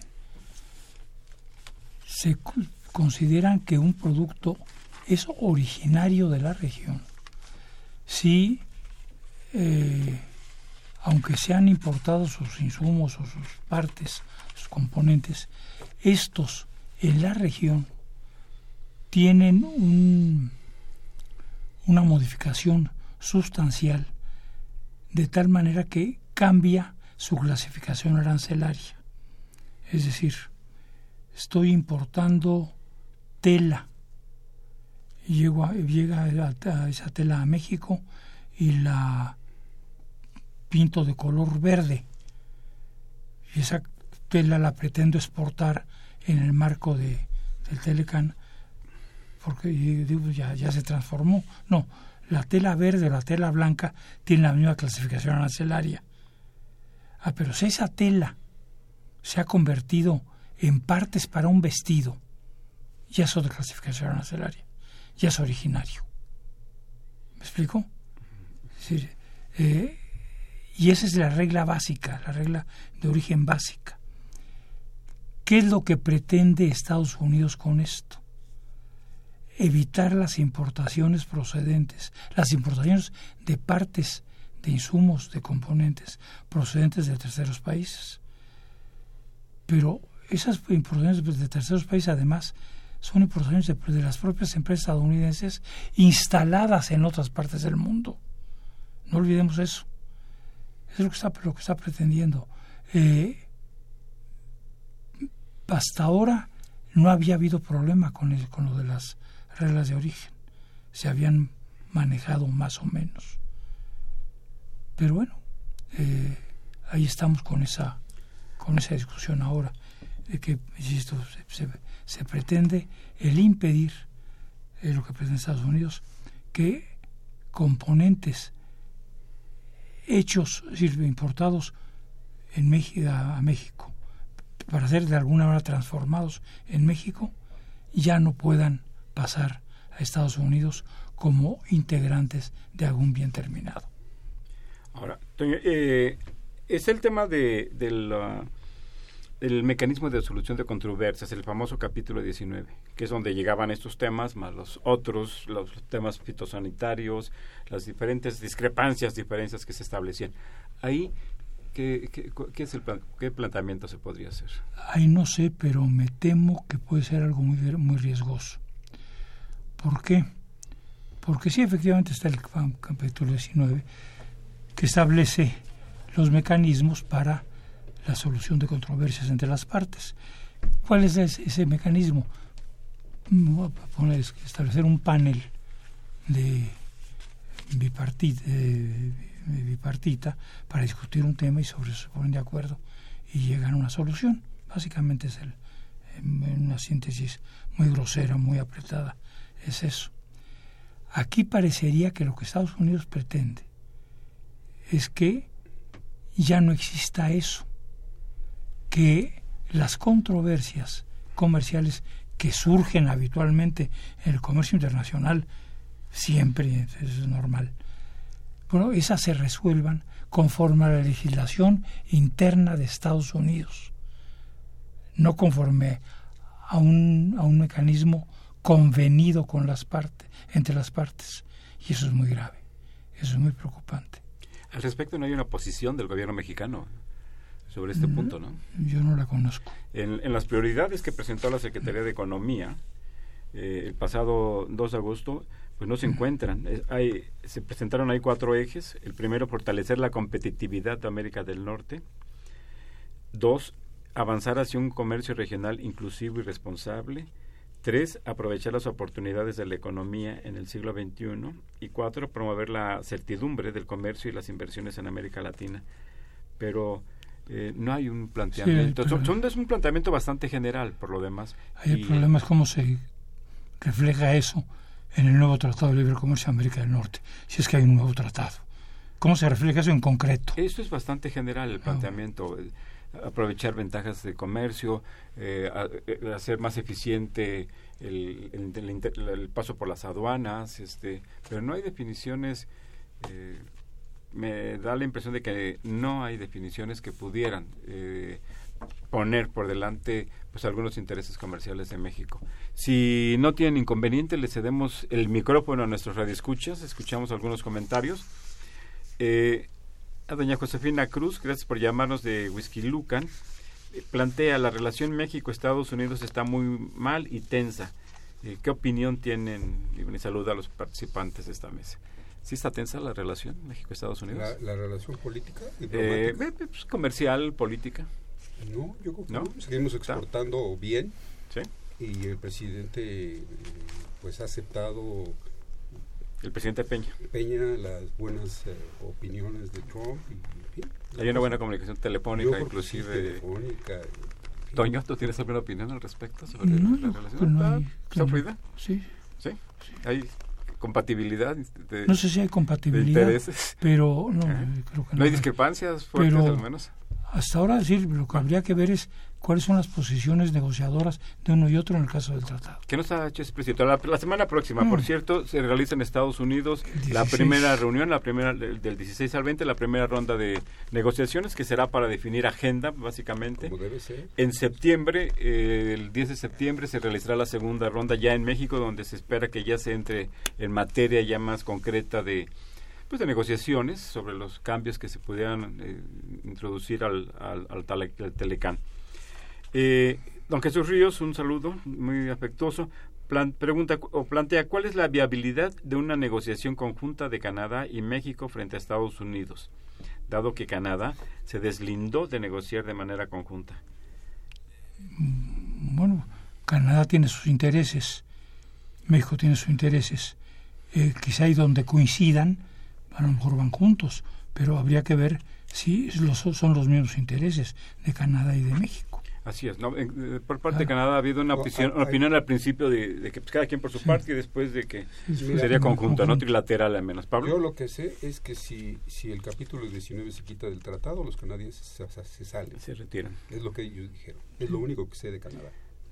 se consideran que un producto es originario de la región si, eh, aunque sean importados sus insumos o sus partes, sus componentes, estos en la región tienen un, una modificación sustancial de tal manera que cambia su clasificación arancelaria. Es decir, estoy importando tela, llego a, llega a esa tela a México y la pinto de color verde, y esa tela la pretendo exportar en el marco de, del Telecan, porque digo, ya, ya se transformó. No, la tela verde o la tela blanca tiene la misma clasificación arancelaria. Ah, pero si esa tela se ha convertido en partes para un vestido, ya es otra clasificación arancelaria, ya es originario. ¿Me explico? Es decir, eh, y esa es la regla básica, la regla de origen básica. ¿Qué es lo que pretende Estados Unidos con esto? evitar las importaciones procedentes, las importaciones de partes, de insumos, de componentes procedentes de terceros países. Pero esas importaciones de terceros países, además, son importaciones de, de las propias empresas estadounidenses instaladas en otras partes del mundo. No olvidemos eso. Eso es lo que está, lo que está pretendiendo. Eh, hasta ahora no había habido problema con, el, con lo de las reglas de origen. Se habían manejado más o menos. Pero bueno, eh, ahí estamos con esa, con esa discusión ahora, de que, insisto, se, se, se pretende el impedir, es lo que pretende Estados Unidos, que componentes hechos, es decir, importados en México, a México, para ser de alguna manera transformados en México, ya no puedan pasar a Estados Unidos como integrantes de algún bien terminado. Ahora, Toño, eh, es el tema de, de la, del mecanismo de solución de controversias, el famoso capítulo diecinueve, que es donde llegaban estos temas, más los otros, los temas fitosanitarios, las diferentes discrepancias, diferencias que se establecían. Ahí, ¿qué, qué, qué, es el plan, qué planteamiento se podría hacer? Ahí no sé, pero me temo que puede ser algo muy, muy riesgoso. ¿Por qué? Porque sí, efectivamente está el capítulo diecinueve, que establece los mecanismos para la solución de controversias entre las partes. ¿Cuál es ese, ese mecanismo? Voy a poner, establecer un panel de bipartita, de bipartita para discutir un tema y sobre eso se ponen de acuerdo y llegan a una solución. Básicamente es el, en una síntesis muy grosera, muy apretada, es eso. Aquí parecería que lo que Estados Unidos pretende es que ya no exista eso, que las controversias comerciales que surgen habitualmente en el comercio internacional, siempre, eso es normal, bueno, esas se resuelvan conforme a la legislación interna de Estados Unidos, no conforme a un, a un mecanismo convenido con las partes, entre las partes, y eso es muy grave, eso es muy preocupante. Al respecto, no hay una posición del gobierno mexicano sobre este no, punto, ¿no? Yo no la conozco. En, en las prioridades que presentó la Secretaría de Economía eh, el pasado dos de agosto, pues no se encuentran. Es, hay, se presentaron ahí cuatro ejes. El primero, fortalecer la competitividad de América del Norte. Dos, avanzar hacia un comercio regional inclusivo y responsable. Tres, aprovechar las oportunidades de la economía en el siglo veintiuno. Y cuatro, promover la certidumbre del comercio y las inversiones en América Latina. Pero eh, no hay un planteamiento. Sí, son, son, es un planteamiento bastante general, por lo demás. Hay el problema es cómo se refleja eso en el nuevo Tratado de Libre Comercio de América del Norte, si es que hay un nuevo tratado. ¿Cómo se refleja eso en concreto? Esto es bastante general, el planteamiento. Oh. Aprovechar ventajas de comercio, eh, a, a hacer más eficiente el, el, el, el paso por las aduanas, este, pero no hay definiciones. Eh, me da la impresión de que no hay definiciones que pudieran eh, poner por delante pues algunos intereses comerciales de México. Si no tienen inconveniente, le cedemos el micrófono a nuestros radioescuchas, escuchamos algunos comentarios. Eh, A doña Josefina Cruz, gracias por llamarnos de Whisky Lucan. Eh, plantea, la relación México-Estados Unidos está muy mal y tensa. Eh, ¿Qué opinión tienen? Y bueno, saluda a los participantes de esta mesa. ¿Sí está tensa la relación México-Estados Unidos? ¿La, la relación política? Eh, pues, comercial, política. No, yo creo que ¿No? no. Seguimos exportando ¿Está? bien. Sí. Y el presidente pues ha aceptado... El presidente Peña. Peña, las buenas eh, opiniones de Trump. Y, en fin, Hay una buena comunicación telefónica, inclusive. Sí, telefónica. Toño, ¿tú tienes alguna opinión al respecto sobre no, la relación? Pues no hay, ¿Está fluida? Sí. ¿Sí? Sí. ¿Hay compatibilidad? De, no sé si hay compatibilidad, pero no, ¿Eh? creo que no. ¿No hay discrepancias fuertes, pero al menos? hasta ahora, decir, lo que habría que ver es cuáles son las posiciones negociadoras de uno y otro en el caso del tratado. Que no está hecho explícito. La, la semana próxima, mm. por cierto, se realiza en Estados Unidos la primera reunión, la primera del, del dieciséis al veinte, la primera ronda de negociaciones, que será para definir agenda, básicamente. Como debe ser. En septiembre, eh, el diez de septiembre, se realizará la segunda ronda ya en México, donde se espera que ya se entre en materia ya más concreta de pues de negociaciones sobre los cambios que se pudieran eh, introducir al, al, al, tele, al Telecán. Eh, don Jesús Ríos, un saludo muy afectuoso, plan, pregunta o plantea ¿cuál es la viabilidad de una negociación conjunta de Canadá y México frente a Estados Unidos, dado que Canadá se deslindó de negociar de manera conjunta? Bueno, Canadá tiene sus intereses, México tiene sus intereses, eh, quizá ahí donde coincidan, a lo mejor van juntos, pero habría que ver si los, son los mismos intereses de Canadá y de México. Así es, ¿no? Por parte ah, de Canadá ha habido una, opción, una opinión al principio de, de que pues, cada quien por su sí. parte y después de que sí, mira, sería conjunto, no trilateral al menos. Pablo. Yo lo que sé es que si, si el capítulo diecinueve se quita del tratado, los canadienses se, se, se salen. Se retiran. Es lo que ellos dijeron. Es lo único que sé de Canadá.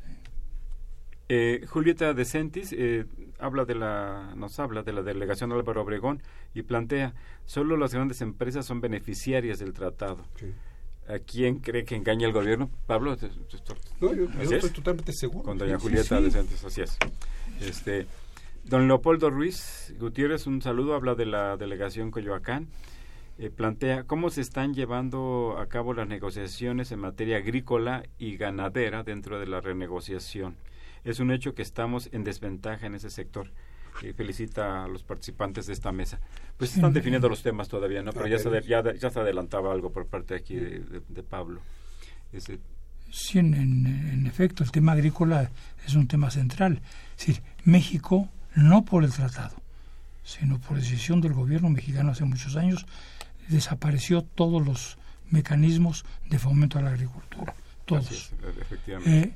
Eh, Julieta De Sentis eh, habla de la, nos habla de la delegación Álvaro Obregón y plantea, solo las grandes empresas son beneficiarias del tratado. Sí. ¿A quién cree que engaña el gobierno? Pablo, ¿te, te, te, no, yo, yo estoy totalmente seguro. Con doña sí, Julieta sí. De Sentis, así es. Este, don Leopoldo Ruiz Gutiérrez, un saludo, habla de la delegación Coyoacán. Eh, plantea cómo se están llevando a cabo las negociaciones en materia agrícola y ganadera dentro de la renegociación. Es un hecho que estamos en desventaja en ese sector. Eh, felicita a los participantes de esta mesa. Pues sí, están definiendo los temas todavía, ¿no? Pero ya se, ya, ya se adelantaba algo por parte aquí de, de, de Pablo. Ese... Sí, en, en, en efecto, el tema agrícola es un tema central. Es decir, México, no por el tratado, sino por decisión del gobierno mexicano hace muchos años, desapareció todos los mecanismos de fomento a la agricultura. Todos. Así es, efectivamente. Eh,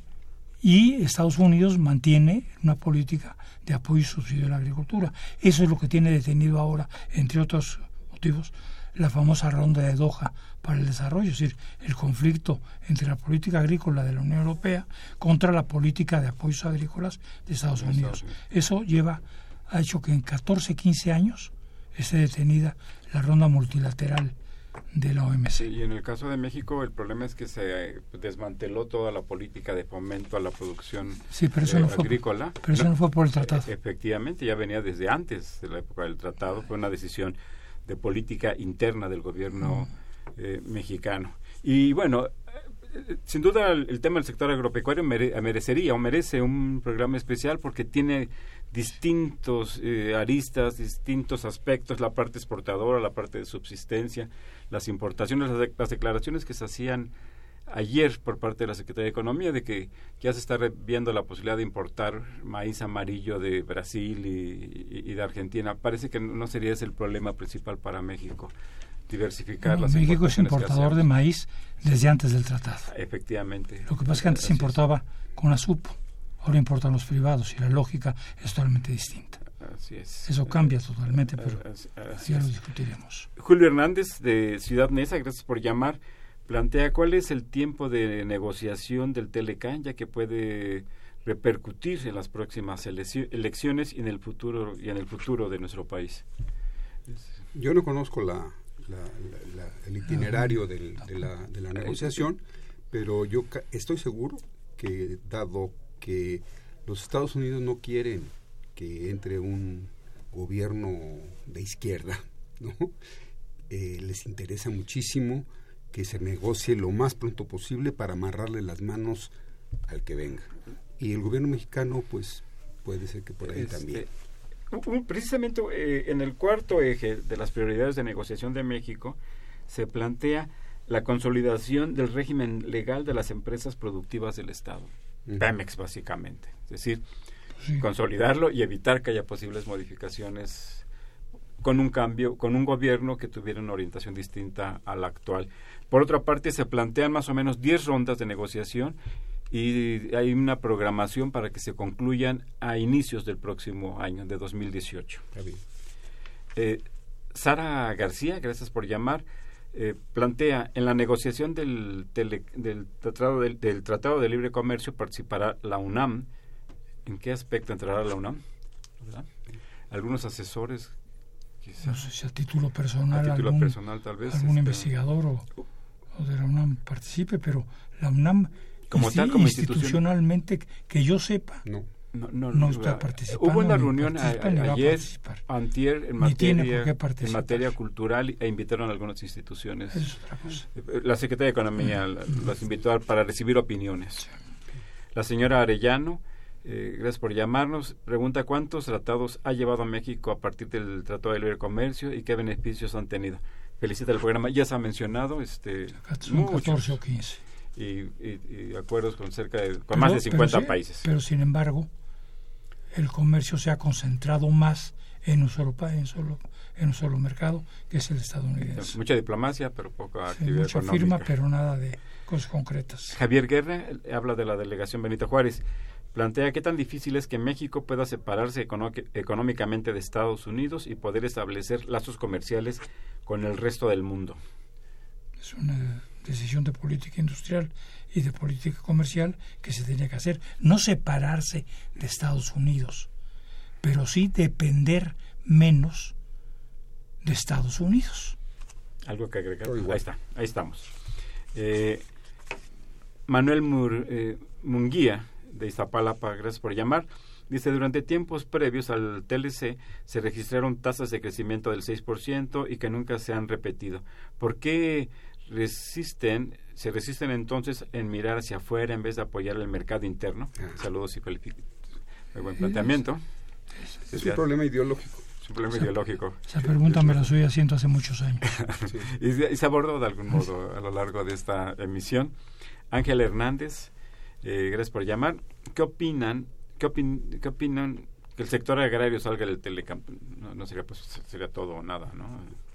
y Estados Unidos mantiene una política de apoyo y subsidio a la agricultura. Eso es lo que tiene detenido ahora, entre otros motivos, la famosa ronda de Doha para el desarrollo, es decir, el conflicto entre la política agrícola de la Unión Europea contra la política de apoyos agrícolas de Estados Unidos. Eso lleva, ha hecho que en catorce, quince años esté detenida la ronda multilateral de la O M C. Sí, y en el caso de México el problema es que se desmanteló toda la política de fomento a la producción sí, pero eso eh, no fue, agrícola. Pero eso no, no fue por el tratado. E- efectivamente, ya venía desde antes de la época del tratado, fue una decisión de política interna del gobierno mm. eh, mexicano. Y bueno, eh, sin duda el, el tema del sector agropecuario mere- merecería o merece un programa especial porque tiene distintos eh, aristas, distintos aspectos, la parte exportadora, la parte de subsistencia, las importaciones, las, de, las declaraciones que se hacían ayer por parte de la Secretaría de Economía de que ya se está viendo la posibilidad de importar maíz amarillo de Brasil y, y, y de Argentina. Parece que no sería ese el problema principal para México, diversificar no, las México es importador de maíz desde sí. antes del tratado. Efectivamente. Lo que pasa es que antes se importaba con la SUPO, ahora importan los privados y la lógica es totalmente distinta. Así es. Eso cambia totalmente, pero así, así ya lo discutiremos. Julio Hernández, de Ciudad Neza, gracias por llamar. Plantea cuál es el tiempo de negociación del Telecán, ya que puede repercutir en las próximas elec- elecciones y en el futuro y en el futuro de nuestro país. Yo no conozco la, la, la, la, el itinerario del, de, la, de la negociación, pero yo ca- estoy seguro que dado que los Estados Unidos no quieren que entre un gobierno de izquierda, ¿no? Eh, les interesa muchísimo que se negocie lo más pronto posible para amarrarle las manos al que venga. Y el gobierno mexicano, pues, puede ser que por ahí este, también. Un, precisamente eh, en el cuarto eje de las prioridades de negociación de México se plantea la consolidación del régimen legal de las empresas productivas del Estado. Uh-huh. Pemex, básicamente. Es decir, sí. consolidarlo y evitar que haya posibles modificaciones con un cambio, con un gobierno que tuviera una orientación distinta a la actual. Por otra parte, se plantean más o menos diez rondas de negociación y hay una programación para que se concluyan a inicios del próximo año, de dos mil dieciocho. Está bien. Eh, Sara García, gracias por llamar. eh, plantea, en la negociación del, tele, del, tratado del, del Tratado de Libre Comercio participará la UNAM. ¿En qué aspecto entrará la UNAM? ¿Verdad? Algunos asesores, quizás. No sé si a título personal, a título algún, personal tal vez, algún este, investigador o, o de la UNAM participe, pero la UNAM como insti- tal, como institucionalmente, institución, que yo sepa, No. No, no, no no, está participando. Hubo una ni reunión a, participa, ni va a, a ayer, participar. antier, en Ni tiene materia, por qué en participar. materia cultural, e invitaron a algunas instituciones. Eso es otra cosa. La Secretaría de Economía las invitó a, para recibir opiniones. La señora Arellano, eh, gracias por llamarnos, pregunta cuántos tratados ha llevado a México a partir del Tratado de Libre Comercio y qué beneficios han tenido. Felicita el programa. Ya se ha mencionado este, Son muchos, catorce o quince. Y, y, y acuerdos con cerca de, con Pero- más de cincuenta pero sí, países. Pero sin embargo, el comercio se ha concentrado más en un solo pa- en solo en un solo mercado, que es el estadounidense. Mucha diplomacia, pero poca Sí, actividad mucha económica. firma, pero nada de cosas concretas. Javier Guerra eh, habla de la delegación Benito Juárez. Plantea qué tan difícil es que México pueda separarse econo- económicamente de Estados Unidos y poder establecer lazos comerciales con el resto del mundo. Es una decisión de política industrial y de política comercial que se tenía que hacer. No separarse de Estados Unidos, pero sí depender menos de Estados Unidos. ¿Algo que agregar? Todo igual. Ahí está, ahí estamos. Eh, Manuel Mur, eh, Munguía, de Iztapalapa, gracias por llamar. Dice, durante tiempos previos al T L C se registraron tasas de crecimiento del seis por ciento y que nunca se han repetido. ¿Por qué resisten, se resisten entonces en mirar hacia afuera en vez de apoyar el mercado interno? Saludos y felicidades. Muy buen planteamiento. Es un problema ideológico. Es un problema ideológico. Esa pregunta me la estoy haciendo hace muchos años. Sí. Y, se- y se abordó de algún modo a lo largo de esta emisión. Ángel Hernández, eh, gracias por llamar. ¿Qué opinan? ¿Qué, opin- qué opinan que el sector agrario salga del telecampo? No, no sería pues sería todo o nada, ¿no?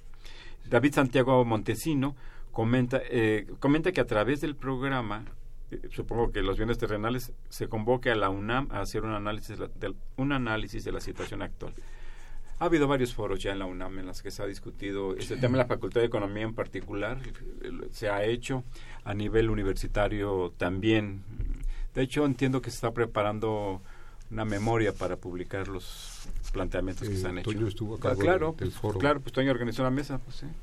David Santiago Montesino comenta eh, comenta que a través del programa, eh, supongo que los bienes terrenales, se convoque a la UNAM a hacer un análisis de la, de, un análisis de la situación actual. Ha habido varios foros ya en la UNAM en los que se ha discutido este tema, la Facultad de Economía en particular, se ha hecho a nivel universitario también. De hecho, entiendo que se está preparando una memoria para publicar los planteamientos que Eh, se han hecho. Toño estuvo a Ah, cargo claro, del- del pues, foro. claro, pues Toño organizó la mesa, pues sí.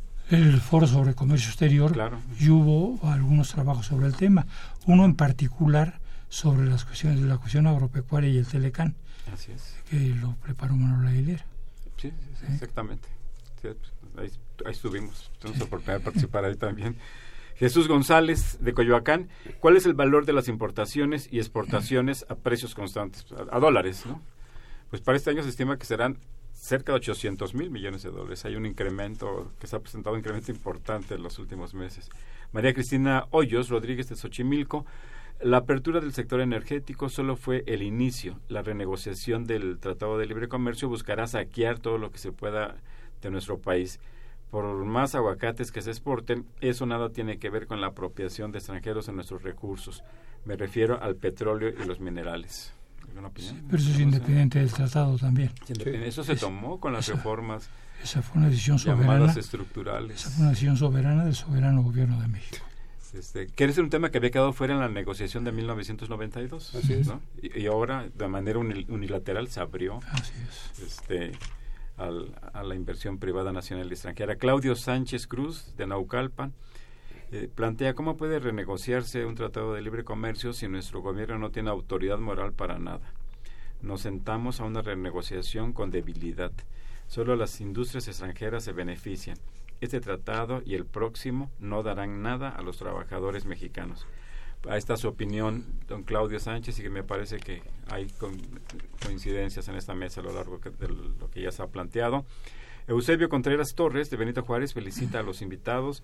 El foro sobre comercio exterior, Claro. y hubo algunos trabajos sobre el tema. Uno en particular sobre las cuestiones de la cuestión agropecuaria y el Telecán, Así es. que lo preparó Manuel Aguilera. Sí, sí, sí, exactamente. Sí, ahí, ahí estuvimos. Tuvimos la oportunidad de participar ahí también. Jesús González, de Coyoacán. ¿Cuál es el valor de las importaciones y exportaciones a precios constantes? A, a dólares, ¿no? Pues para este año se estima que serán cerca de ochocientos mil millones de dólares. Hay un incremento, que se ha presentado un incremento importante en los últimos meses. María Cristina Hoyos Rodríguez, de Xochimilco. La apertura del sector energético solo fue el inicio. La renegociación del Tratado de Libre Comercio buscará saquear todo lo que se pueda de nuestro país. Por más aguacates que se exporten, eso nada tiene que ver con la apropiación de extranjeros en nuestros recursos. Me refiero al petróleo y los minerales. ¿Alguna opinión? Pero eso es independiente del tratado también. Independiente. Eso se Esa- tomó con las esa- reformas Esa fue una decisión soberana. llamadas Esa estructurales. fue una decisión soberana del soberano gobierno de México. Este, que es un tema que había quedado fuera en la negociación de mil novecientos noventa y dos. Así es. ¿No? Y, y ahora, de manera unil- unilateral, se abrió Así es. este, al- a la inversión privada nacional y extranjera. Claudio Sánchez Cruz, de Naucalpan, eh, plantea cómo puede renegociarse un tratado de libre comercio si nuestro gobierno no tiene autoridad moral para nada. Nos sentamos a una renegociación con debilidad. Solo las industrias extranjeras se benefician. Este tratado y el próximo no darán nada a los trabajadores mexicanos. Ahí está su opinión, don Claudio Sánchez, y que me parece que hay con- coincidencias en esta mesa a lo largo que- de lo que ya se ha planteado. Eusebio Contreras Torres, de Benito Juárez, felicita a los invitados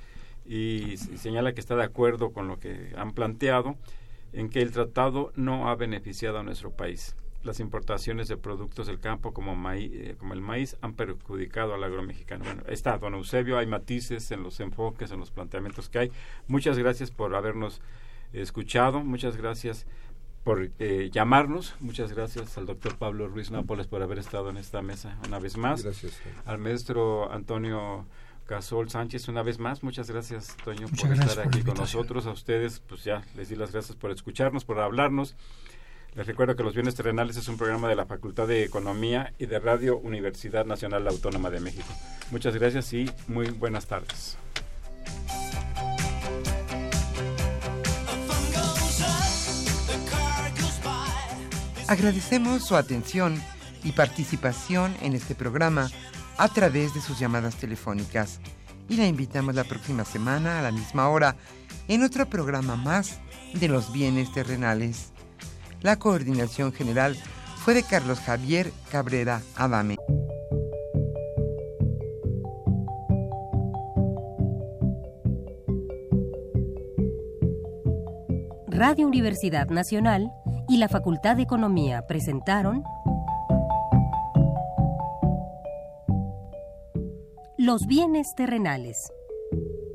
y, s- señala que está de acuerdo con lo que han planteado, en que el tratado no ha beneficiado a nuestro país. Las importaciones de productos del campo como, maíz, eh, como el maíz han perjudicado al agro mexicano. Bueno, está don Eusebio, hay matices en los enfoques, en los planteamientos que hay. Muchas gracias por habernos escuchado, muchas gracias por eh, llamarnos, muchas gracias al doctor Pablo Ruiz Nápoles por haber estado en esta mesa una vez más, Gracias. al maestro Antonio Gasol Sánchez, una vez más, muchas gracias, Toño, muchas por gracias estar por aquí con nosotros. A ustedes, pues ya les di las gracias por escucharnos, por hablarnos. Les recuerdo que Los Bienes Terrenales es un programa de la Facultad de Economía y de Radio Universidad Nacional Autónoma de México. Muchas gracias y muy buenas tardes. Agradecemos su atención y participación en este programa a través de sus llamadas telefónicas y la invitamos la próxima semana a la misma hora en otro programa más de Los Bienes Terrenales. La coordinación general fue de Carlos Javier Cabrera Adame. Radio Universidad Nacional y la Facultad de Economía presentaron Los Bienes Terrenales.